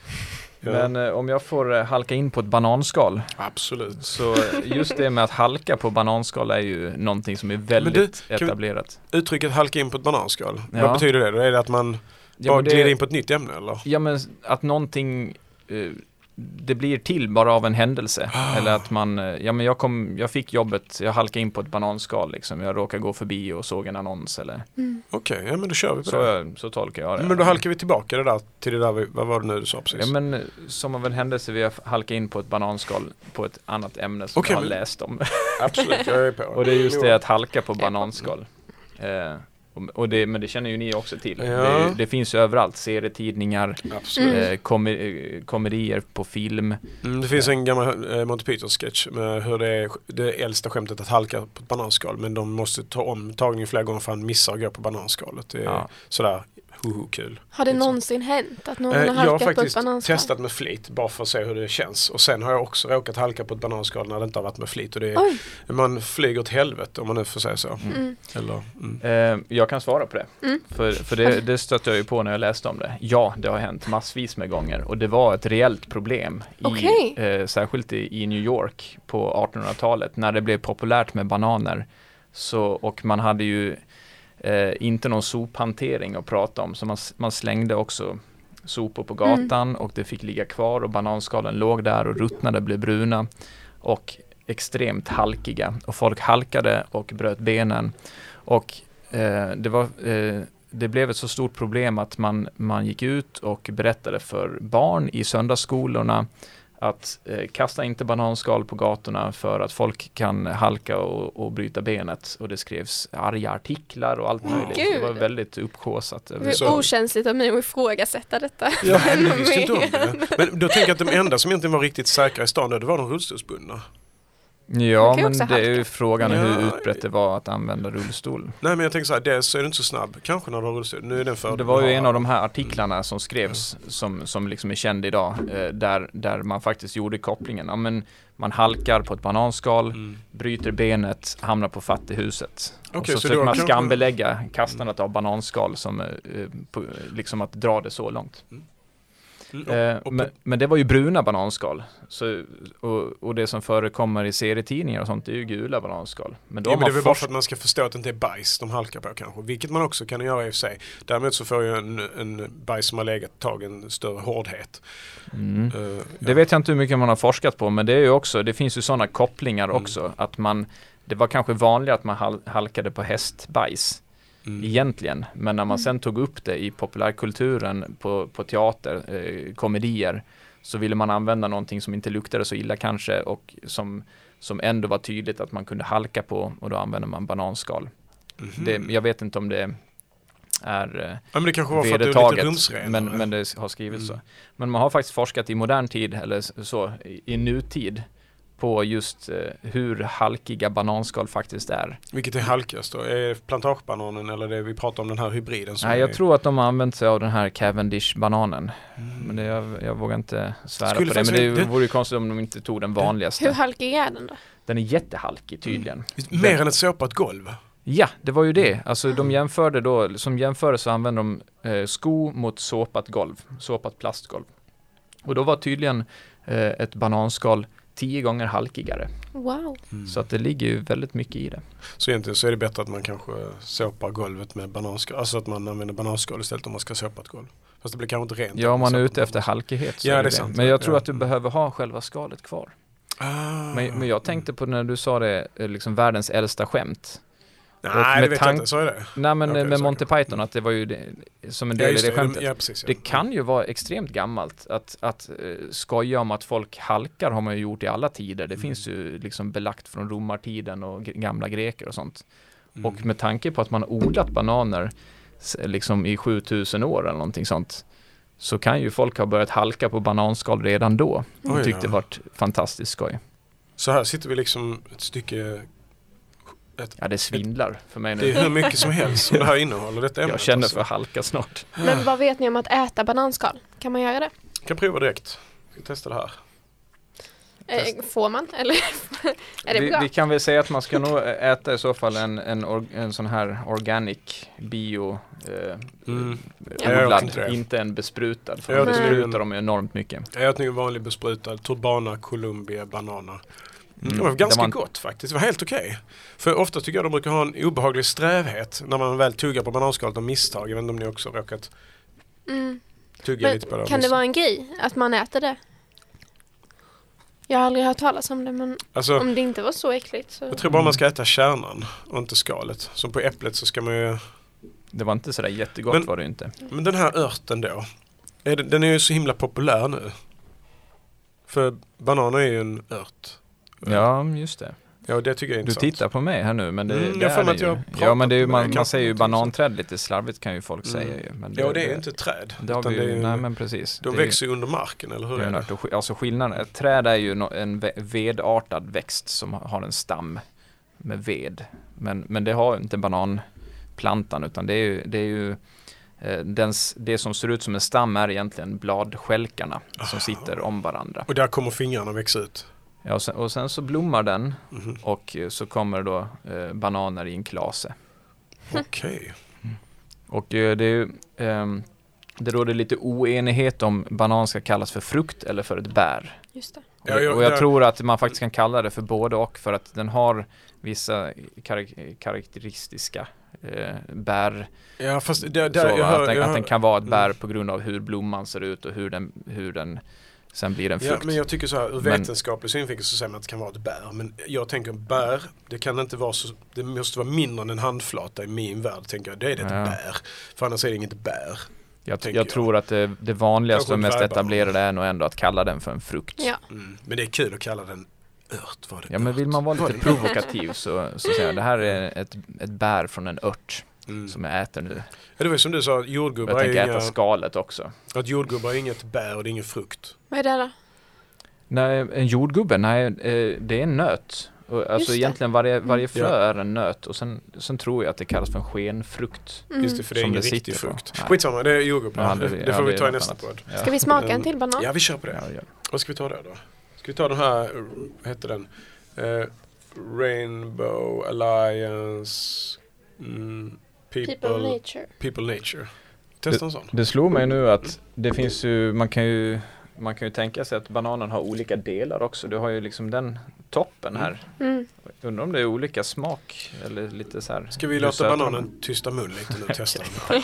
Ja. Men eh, om jag får eh, halka in på ett bananskal. Absolut. Så eh, just det med att halka på bananskal är ju någonting som är väldigt du, kan vi- etablerat. Uttrycket halka in på ett bananskal. Ja. Vad betyder det? Då är det att man Ja, bara men det- glider in på ett nytt ämne eller? Ja, men att någonting eh, det blir till bara av en händelse. Ah. Eller att man, eh, ja men jag kom, jag fick jobbet, jag halkade in på ett bananskal liksom. Jag råkade gå förbi och såg en annons eller Okej, ja men då kör vi på så, det. jag- så tolkar jag det. Men då halkar vi tillbaka det där till det där, vi- vad var det nu du sa precis? Ja, men eh, som av en händelse vi har halkat in på ett bananskal på ett annat ämne som Okej, jag har men- läst om. Absolut, jag är på. Och det är just det att halka på bananskal. Eh, och, och det, men det känner ju ni också till. Ja. Det, det finns ju överallt, serietidningar, Absolut. eh, komi- eh, komedier på film. Mm, det finns en gammal eh, Monty Python-sketch med hur det är det äldsta skämtet att halka på ett bananskal. Men de måste ta om tagningen flera gånger för han missar att gå på bananskalet. Det är Ja. sådär hoho kul. Har det Liksom. någonsin hänt att någon Eh, har jag har halkat på ett faktiskt bananskal? testat med flit bara för att se hur det känns. Och sen har jag också råkat halka på ett bananskal när det inte har varit med flit. Och det är, Oj. man flyger åt helvete om man nu får säga så. Mm. Eller, mm. Eh, jag kan svara på det. Mm. För, för det, det stötte jag ju på när jag läste om det. Ja, det har hänt massvis med gånger. Och det var ett reellt problem. I, Okej. eh, särskilt i, i New York på artonhundratalet. När det blev populärt med bananer. Så, och man hade ju eh, inte någon sophantering att prata om. Så man, man slängde också sopor på gatan. Och det fick ligga kvar. Och bananskalen låg där och ruttnade, blev bruna. Och extremt halkiga. Och folk halkade och bröt benen. Och eh, det var... Eh, det blev ett så stort problem att man, man gick ut och berättade för barn i söndagsskolorna att eh, kasta inte bananskal på gatorna för att folk kan halka och, och bryta benet. Och det skrevs arga artiklar och allt möjligt. Gud. Det var väldigt uppkåsat. Det är Så- okänsligt av mig att ifrågasätta detta. Ja, du visste inte om det. Men då tänker jag att de enda som egentligen var riktigt säkra i stan, det var de rullstolsbundna. Ja, Man kan ju men också det är ju halka. frågan Ja. hur utbrett det var att använda rullstol. Nej men jag tänker så här, dels så är du inte så snabb. Kanske när du har rullstol. Nu är den för Det var ju en av de här artiklarna som skrevs som, som liksom är känd idag eh, där, där man faktiskt gjorde kopplingen. Ja, men man halkar på ett bananskal, Mm. bryter benet, hamnar på fattighuset. och Okej, så, så försöker då man kanske- skambelägga kastandet av bananskal som eh, på, liksom att dra det så långt. Mm, Eh, och på- men, men det var ju bruna bananskal. Så, och, och det som förekommer i serietidningar och sånt, det är ju gula bananskal. Men då Ja, har men det är man väl bara forsk- för att man ska förstå att det inte är bajs de halkar på kanske. Vilket man också kan göra i och för sig. Däremot så får ju en, en bajs som har legat ett tag en större hårdhet. Mm. Eh, ja. Det vet jag inte hur mycket man har forskat på, men det är ju också, det finns ju sådana kopplingar Mm. också, att man, det var kanske vanligt att man hal- halkade på hästbajs Mm. egentligen, men när man sen tog upp det i populärkulturen på, på teater, eh, komedier, så ville man använda någonting som inte luktade så illa kanske och som, som ändå var tydligt att man kunde halka på, och då använder man bananskal. Mhm. Det, jag vet inte om det är eh, Ja men det kanske var för att du är lite vedertaget, rumsrenare. men, men det har skrivits Mm. så. Men man har faktiskt forskat i modern tid, eller s- så, i, i nutid, på just eh, hur halkiga bananskal faktiskt är. Vilket är halkast då? Är det plantagebananen eller det vi pratar om den här hybriden? Som Nej, jag är... tror att de har använt sig av den här Cavendish-bananen. Men det, jag, jag vågar inte svära Skulle på det, men faktiskt- det det- vore ju konstigt om de inte tog den Hur vanligaste. halkig är den då? Den är jättehalkig tydligen. Mer än ett såpat golv? Ja, det var ju det. Alltså de jämförde då, som jämförelse använde de eh, sko mot såpat golv, såpat plastgolv. Och då var tydligen eh, ett bananskal tio gånger halkigare. Wow. Så att det ligger ju väldigt mycket i det. Så egentligen så är det bättre att man kanske såpar golvet med bananskal. Alltså att man använder bananskal istället om man ska såpa ett golv. Fast det blir kanske inte rent. Ja, om man är Så- ute efter halkighet så Ja, är det är det. sant. Men jag tror Ja. att du behöver ha själva skalet kvar. Ah. Men, men jag tänkte på när du sa det, eh, liksom världens äldsta skämt. Nej, och med det vet tank- jag inte. Så är det. Nej, men Okej, eh, med så- Monty Python, att det var ju det, som en del Ja, i just det det. skämtet. Ja, precis. Ja. Det kan ju vara extremt gammalt. Att, att eh, skoja om att folk halkar har man ju gjort i alla tider. Det Mm. finns ju liksom belagt från romartiden och g- gamla greker och sånt. Mm. Och med tanke på att man har odlat bananer s- liksom i sjutusen år eller någonting sånt, så kan ju folk ha börjat halka på bananskal redan då. Och Oj, tyckte ja. det varit fantastiskt skoj. Så här sitter vi liksom ett stycke... Ett, Ja, det svindlar för mig nu. det är hur mycket som helst som det här innehåller. Detta ämnet, Jag känner alltså. för att halka snart. Men vad vet ni om att äta bananskal? Kan man göra det? Kan prova direkt. Vi testar det här. Eh, får man? Eller är det vi, bra? vi kan väl säga att man ska nog äta i så fall en, en, or, en sån här organic bio eh, Mm. Jag odlad, åt inte det. inte en besprutad. För Jag de åt besprutar inte. dem enormt mycket. Jag åt nog en vanlig besprutad turbana, Colombia, bananer. Mm. Det var ganska Det var en- gott faktiskt. Det var helt okej. För ofta tycker jag de brukar ha en obehaglig strävhet när man väl tuggar på bananskalet av misstag. Jag vet inte om ni också råkat Mm. tugga lite på det. Men av kan det misstag. vara en grej att man äter det? Jag har aldrig hört talas om det, men Alltså, om det inte var så äckligt så... jag tror bara man ska äta kärnan och inte skalet. Som på äpplet så ska man ju... Det var inte sådär jättegott Men- var det inte. Men den här örten då, är det, den är ju så himla populär nu. För bananer är ju en ört. Ja, just det. Ja, det tycker jag är Du intressant. tittar på mig här nu, men det, Mm, det jag får är mig det att jag ju. har Ja, men det är ju, pratat med man, dig, man säger ju kanske någonting bananträd lite slarvigt kan ju folk Mm. säga ju. Men Ja, det är ju inte träd. Det har utan vi det är ju, ju, nej men precis. de Det är- växer ju under marken, eller hur det är är en det? art och sk- alltså skillnaden, ett träd är ju no, en ve- vedartad växt som har en stam med ved. Men, men det har inte bananplantan utan det är ju, det är ju eh, dens, det som ser ut som en stam är egentligen bladskälkarna som sitter om varandra. Och där kommer fingrarna växa ut. Ja, och, sen, och sen så blommar den Mhm. och eh, så kommer då eh, bananer i en klase. Okej. Och eh, det är ju, ehm, det råder lite oenighet om banan ska kallas för frukt eller för ett bär. Just det. Och, Ja, jag- och jag där- tror att man faktiskt kan kalla det för både och för att den har vissa karak- karaktäristiska eh, bär. Ja, fast det, det, Så jag att, hör, den, jag att hör, den kan vara ett bär Mm. på grund av hur blomman ser ut och hur den, hur den sen blir en Ja, frukt. men jag tycker så här, ur Men- vetenskaplig synvinkel så säger man att det kan vara ett bär. Men jag tänker bär, det kan inte vara så, det måste vara mindre än en handflata i min värld, tänker jag. Det är det ett Ja. bär. För annars är det inget bär. jag tänker jag jag. tror att det, det vanligaste Kanske och mest dvärgbanan. etablerade är nog ändå att kalla den för en frukt. Ja. Mm. Men det är kul att kalla den ört. Var det Ja, men ört? vill man vara Var lite det- provokativ så, så säger jag det här är ett, ett bär från en ört Mm. som jag äter nu. Ja, det var ju som du sa, att Och jordgubbar jag är, tänker äta inga, skalet också. att jordgubbar är inget bär och det är ingen frukt. Vad är det då? Nej, en jordgubbe, nej, eh, det är en nöt. Och, alltså Just det. egentligen varje, varje frö Ja. är en nöt och sen, sen tror jag att det kallas för en skenfrukt. Mm. Just det, för det är Som ingen det riktig sitter på. frukt. Nej. Skitsamma, det är jordgubbar. Ja, det, det- ja, får det vi är ta i något nästa annat. podd. Ja. Ska vi smaka en Um, till banan? Ja, vi kör på det. Ja, ja. Vad ska vi ta där då? Ska vi ta den här, vad heter den? Eh, Rainbow Alliance mm, People, People Nature. People Nature. Testa en sån. Det slår mig nu att det finns ju, man kan ju man kan ju tänka sig att bananen har olika delar också. Du har ju liksom den toppen här. Mm. Undrar om det är olika smak eller lite så här. Ska vi hur låta söta de är. bananen tysta mun lite nu och testa den?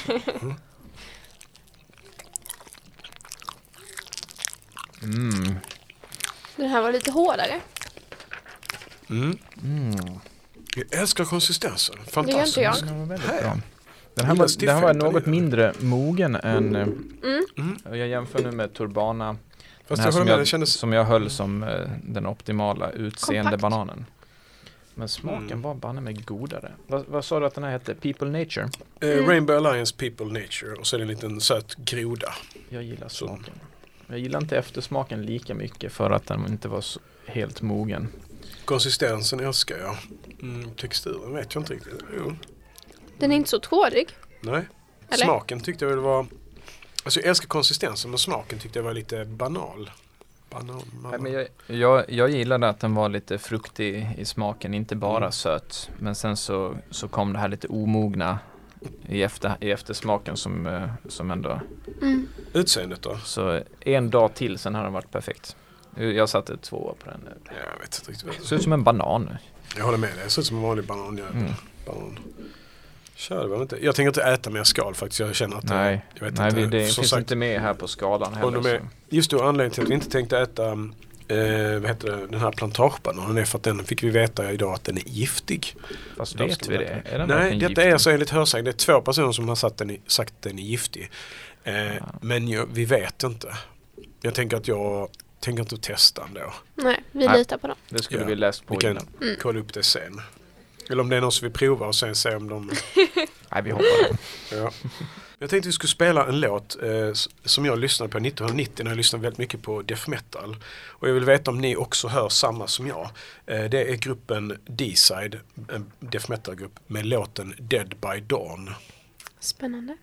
Mm. Den här var lite hårdare. Mm. Mm. Jag älskar konsistensen. Det gör Fantastiskt. inte jag. Den var väldigt Här. bra. Den här Gillar var, den här var stiffheten i något den. mindre mogen än eh, Mm. Mm. jag jämför nu med Turbana. Fast Den jag här håller som med, jag, den kändes... som jag höll som eh, den optimala utseende Kompakt. bananen. Men smaken Mm. var banne mig godare. Vad, vad sa du att den här hette? People Nature? Eh, Rainbow Alliance People Nature och så är det en liten söt groda. Jag gillar Så. smaken. Jag gillar inte eftersmaken lika mycket för att den inte var så helt mogen. Konsistensen älskar jag. Mm, texturen vet jag inte riktigt. Jo. Den är inte så trådig. Nej. Eller? Smaken tyckte jag väl var... Alltså jag älskar konsistensen men smaken tyckte jag var lite banal. Banan, Nej, banan. men jag, jag, jag gillade att den var lite fruktig i smaken, inte bara Mm. söt. Men sen så, så kom det här lite omogna i, efter, i eftersmaken som, eh, som ändå... Mm. Utseendet då? Så en dag till, sen har den varit perfekt. Jag satte två på den. Ja, jag vet inte riktigt. vad Det det ser ut som en banan. Jag håller med dig. Det ser ut som en vanlig banan. Jag, Mm. banan. Kör det väl inte. Jag tänker inte äta mer skal faktiskt. Jag känner att Nej, jag vet Nej inte. vi, det Som finns sagt, inte med här på skalan heller. om de är, så- just då anledningen till att vi inte tänkte äta eh, vad heter det, den här plantagebananen är för att den fick vi veta idag att den är giftig. Fast Där vet stod vi det. det? Är den Nej, verkligen detta giftig? är alltså enligt hörsägen. Det är två personer som har sagt, den i, sagt att den är giftig. Eh, Ja. Men jag, vi vet inte. Jag tänker att jag tänker inte testa ändå. Nej, vi Nej. litar på dem. Det skulle Ja, vi läst på Vi kan innan. Mm. kolla upp det sen. Eller om det är någon som vill prova och sen se om de... Nej, vi hoppar. Ja. Jag tänkte vi skulle spela en låt eh, som jag lyssnade på nittonhundranittio när jag lyssnade väldigt mycket på death metal. Och jag vill veta om ni också hör samma som jag. Eh, det är gruppen D-Side, en death metal-grupp med låten Dead by Dawn. Spännande.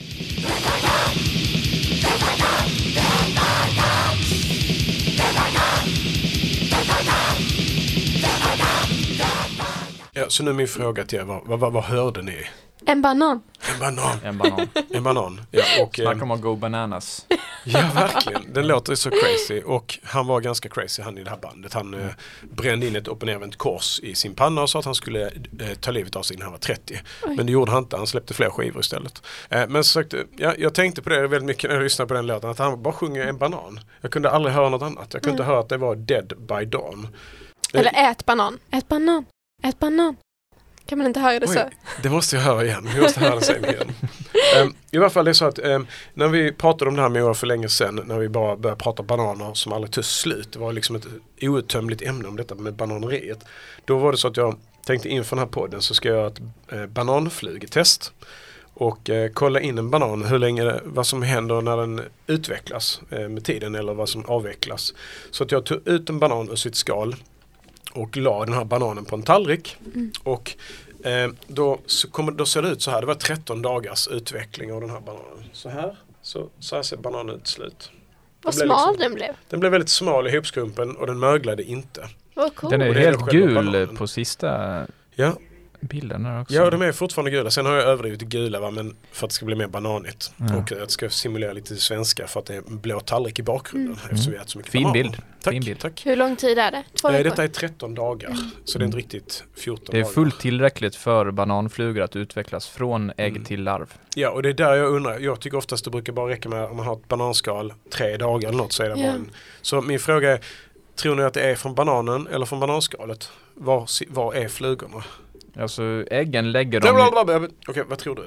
Ja, så nu är min fråga till er, vad, vad, vad, vad hörde ni? En banan. En banan. En banan. En banan. Ja, och, eh, Snacka om att go bananas. ja, verkligen. Den låter så crazy. Och han var ganska crazy, han i det här bandet. Han eh, brände in ett upp och nervänt kors i sin panna och sa att han skulle eh, ta livet av sig när han var trettio. Oj. Men det gjorde han inte, han släppte fler skivor istället. Eh, men så sagt, ja, jag tänkte på det väldigt mycket när jag lyssnade på den låten, att han bara sjunger en banan. Jag kunde aldrig höra något annat. Jag kunde inte höra att det var Dead by Dawn. Det, Eller ät banan. Ät banan. Ät banan. Kan man inte höra det Oj, så? det måste jag höra igen. Vi måste höra det sen igen. um, I alla fall det är så att um, när vi pratade om det här med år för länge sedan, när vi bara började prata bananer som aldrig tog slut, det var liksom ett outtömligt ämne om detta med bananeriet. Då var det så att jag tänkte inför den här podden så ska jag göra ett eh, bananflygetest och eh, kolla in en banan, hur länge, vad som händer när den utvecklas eh, med tiden eller vad som avvecklas. Så att jag tog ut en banan ur sitt skal och la den här bananen på en tallrik. Mm. Och eh, då, så kommer, då ser det ut så här. Det var tretton dagars utveckling av den här bananen. Så här. Så, så här ser bananen ut slut. Vad Den blev smal liksom- den blev. Den blev väldigt smal i hopskrumpen och den möglade inte. Vad cool. Den är Och ju det är helt då själva gul bananen. på sista Ja, bilden här också. ja, de är fortfarande gula. Sen har jag överdrivit gula, va? Men för att det ska bli mer bananigt. Ja. Och att jag ska simulera lite svenska för att det är en blå tallrik i bakgrunden. Mm. Eftersom vi äter så mycket Fin bananer. bild. Tack, Fin bild. tack. Hur lång tid är det? Två Eh, veckor? detta är tretton dagar. Så det är inte riktigt fjorton Det är dagar. fullt tillräckligt för bananflugor att utvecklas från ägg Mm. till larv. Ja, och det är där jag undrar. Jag tycker oftast det brukar bara räcka med om man har ett bananskal tre dagar eller något så är det Ja. bara en. Så min fråga är, tror ni att det är från bananen eller från bananskalet? Var, si- var är flugorna? Alltså äggen lägger de ju... Okej, okay, vad tror du?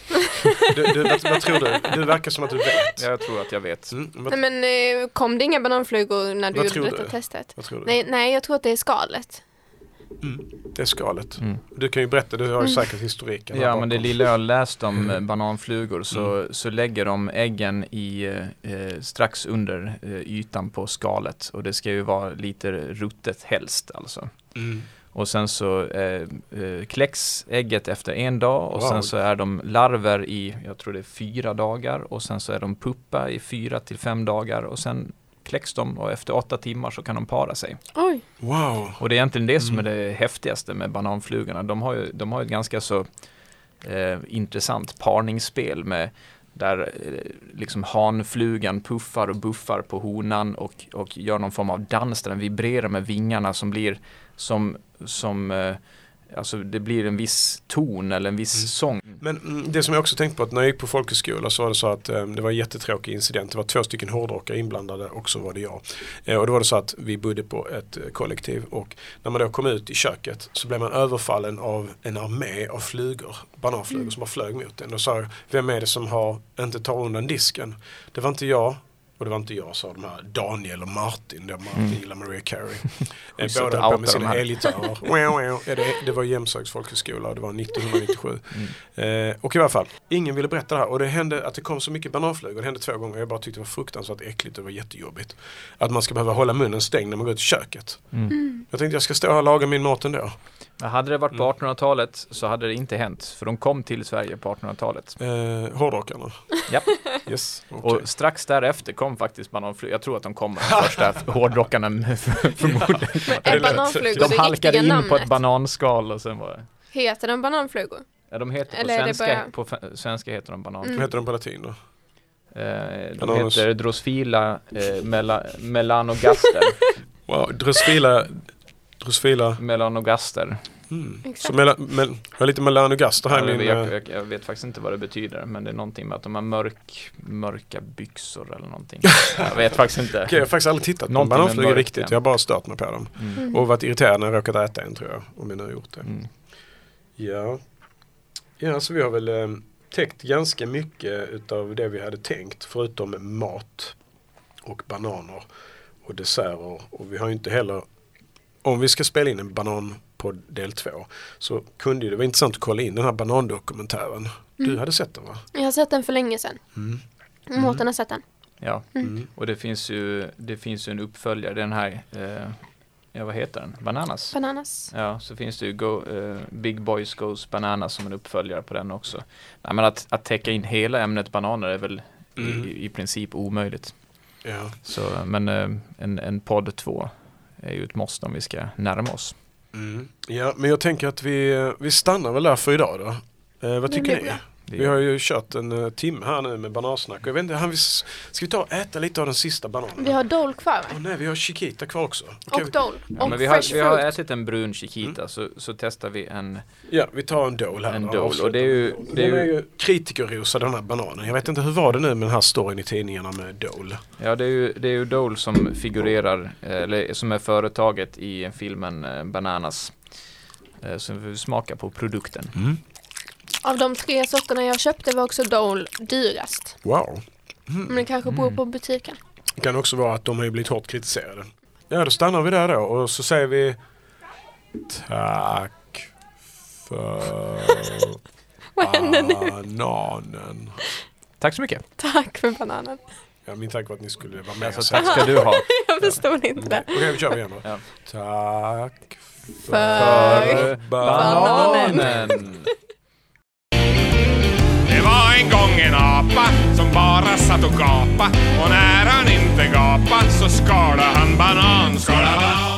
du, du vad, vad tror du? Du verkar som att du vet. Jag tror att jag vet. Mm, vad, Nej, men eh, kom det inga bananflugor när du Vad gjorde tror detta du? testet? vad tror du? Nej, nej, jag tror att det är skalet. Mm, det är skalet. Mm. Du kan ju berätta, du har ju Mm. säkert historiken. här Ja, men det bakom. lilla jag har läst om eh, bananflugor så, Mm. så lägger de äggen i eh, strax under eh, ytan på skalet och det ska ju vara lite ruttet helst alltså. Mm. Och sen så eh, eh, kläcks ägget efter en dag och Wow. sen så är de larver i, jag tror det är fyra dagar och sen så är de puppa i fyra till fem dagar och sen kläcks de och efter åtta timmar så kan de para sig. Oj. Wow. Och det är egentligen det som är Mm. det häftigaste med bananflugorna. De har ju, de har ju ett ganska så eh, intressant parningsspel med där eh, liksom hanflugan puffar och buffar på honan och, och gör någon form av dans där den vibrerar med vingarna som blir som, som eh, alltså det blir en viss ton eller en viss Mm. sång. Men mm, det som jag också tänkte på att när jag gick på folkhögskola så var det så att eh, det var en jättetråkig incident. Det var två stycken hårdrockare inblandade och så var det jag. Eh, och då var det så att vi bodde på ett eh, kollektiv och när man då kom ut i köket så blev man överfallen av en armé av flugor, bananflugor Mm. som bara flög mot en. Och sa jag, vem är det som har inte tar undan disken? Det var inte jag. Och det var inte jag, sa de här Daniel och Martin. Då Martin Mm. gillar Mariah Carey. Eh, Schysst att Båda du höll på outar med de sina här. elgitarrer. Wow, wow. Ja, det, det var Jämshögs folkhögskola och det var nittonhundranittiosju. Mm. Eh, och i alla fall, ingen ville berätta det här. Och det hände att det kom så mycket bananflugor. Det hände två gånger. Jag bara tyckte det var fruktansvärt äckligt och det var jättejobbigt. Att man ska behöva hålla munnen stängd när man går ut i köket. Mm. Mm. Jag tänkte jag ska stå här och laga min mat ändå. Men hade det varit på Mm. artonhundratalet så hade det inte hänt. För de kom till Sverige på artonhundratalet. Eh, hårdrockarna. Japp. Yes, okej. Och strax därefter kom faktiskt bananflugor. Jag tror att de kom de första hårdrockarna förmodligen. Men är lät- bananflugor De det halkade riktiga in på ett namnet? bananskal och sen var det... Heter de bananflugor? Ja, de heter på Eller är det svenska, bara- på f- svenska heter de banan. Mm. Vad heter de på latin då? Eh, de Bananos. heter Drosophila eh, mela, melanogaster. Wow, Drosophila. Drosophila. melanogaster. Mm. Exakt. Så mela, mel, jag har lite melanogaster här Jag, i min... jag, eh, jag, jag vet faktiskt inte vad det betyder, men det är någonting med att de har mörk, mörka byxor eller någonting. Jag vet faktiskt inte. Okej, jag har faktiskt aldrig tittat på Någonting med bananflugor mörkt, riktigt. ja. Jag har bara stört mig på dem. Mm. Mm. Och varit irriterad när jag råkat äta en, tror jag. Om jag nu har gjort det. Mm. Ja. Ja, så vi har väl eh, täckt ganska mycket utav det vi hade tänkt. Förutom mat och bananer och desserter. Och vi har ju inte heller... Om vi ska spela in en bananpodd på del två så kunde det vara intressant att kolla in den här banandokumentären. Du Mm. hade sett den, va? Jag har sett den för länge sedan. Mm. Mårten har sett den. Ja, Mm. och det finns ju det finns ju en uppföljare, den här, eh, ja vad heter den? Bananas? Bananas. Ja, så finns det ju Go, eh, Big Boys Goes Bananas som en uppföljare på den också. Nej, men att, att täcka in hela ämnet bananer är väl Mm. i, i princip omöjligt. Ja. Så, men eh, en, en podd två är ju ett måste om vi ska närma oss. Mm. Ja, men jag tänker att vi, vi stannar väl där för idag då. Eh, vad Det tycker blir ni? bra. Det, Vi har ju kört en uh, timme här nu med banansnack. Och jag vet inte, han, vi, ska vi ta och äta lite av den sista bananen? Vi har Dole kvar, Åh va? nej, vi har Chiquita kvar också. Okej, Och Dole. ja, Och men vi har, fresh vi har fruit. ätit en brun Chiquita, så, så testar vi en. Ja, vi tar en Dole här. En då. Dole, Avslutar och det är ju- med Dole. det är Den är ju- ju kritikerrosa, den här bananen. Jag vet inte, hur var det nu med den här storyn i tidningarna med Dole? Ja, det är ju, det är ju Dole som figurerar, eh, eller som är företaget i filmen eh, Bananas. Eh, så vi smaka på produkten. Mm. Av de tre sorterna jag köpte var också Dole dyrast. Wow. Men det kanske beror på butiken. Det kan också vara att de har ju blivit hårt kritiserade. Ja, då stannar vi där då och så säger vi tack för Vad händer nu? bananen. Tack så mycket. Tack för bananen. Ja, min tanke var att ni skulle vara med. Alltså, och tack säga- ska du ha. Jag förstod inte det. Okej, vi kör igen då. Ja. Tack För bananen. Det var en gång en apa som bara satt och gapa. Och när han inte gapa så skala han banan. Skala banan.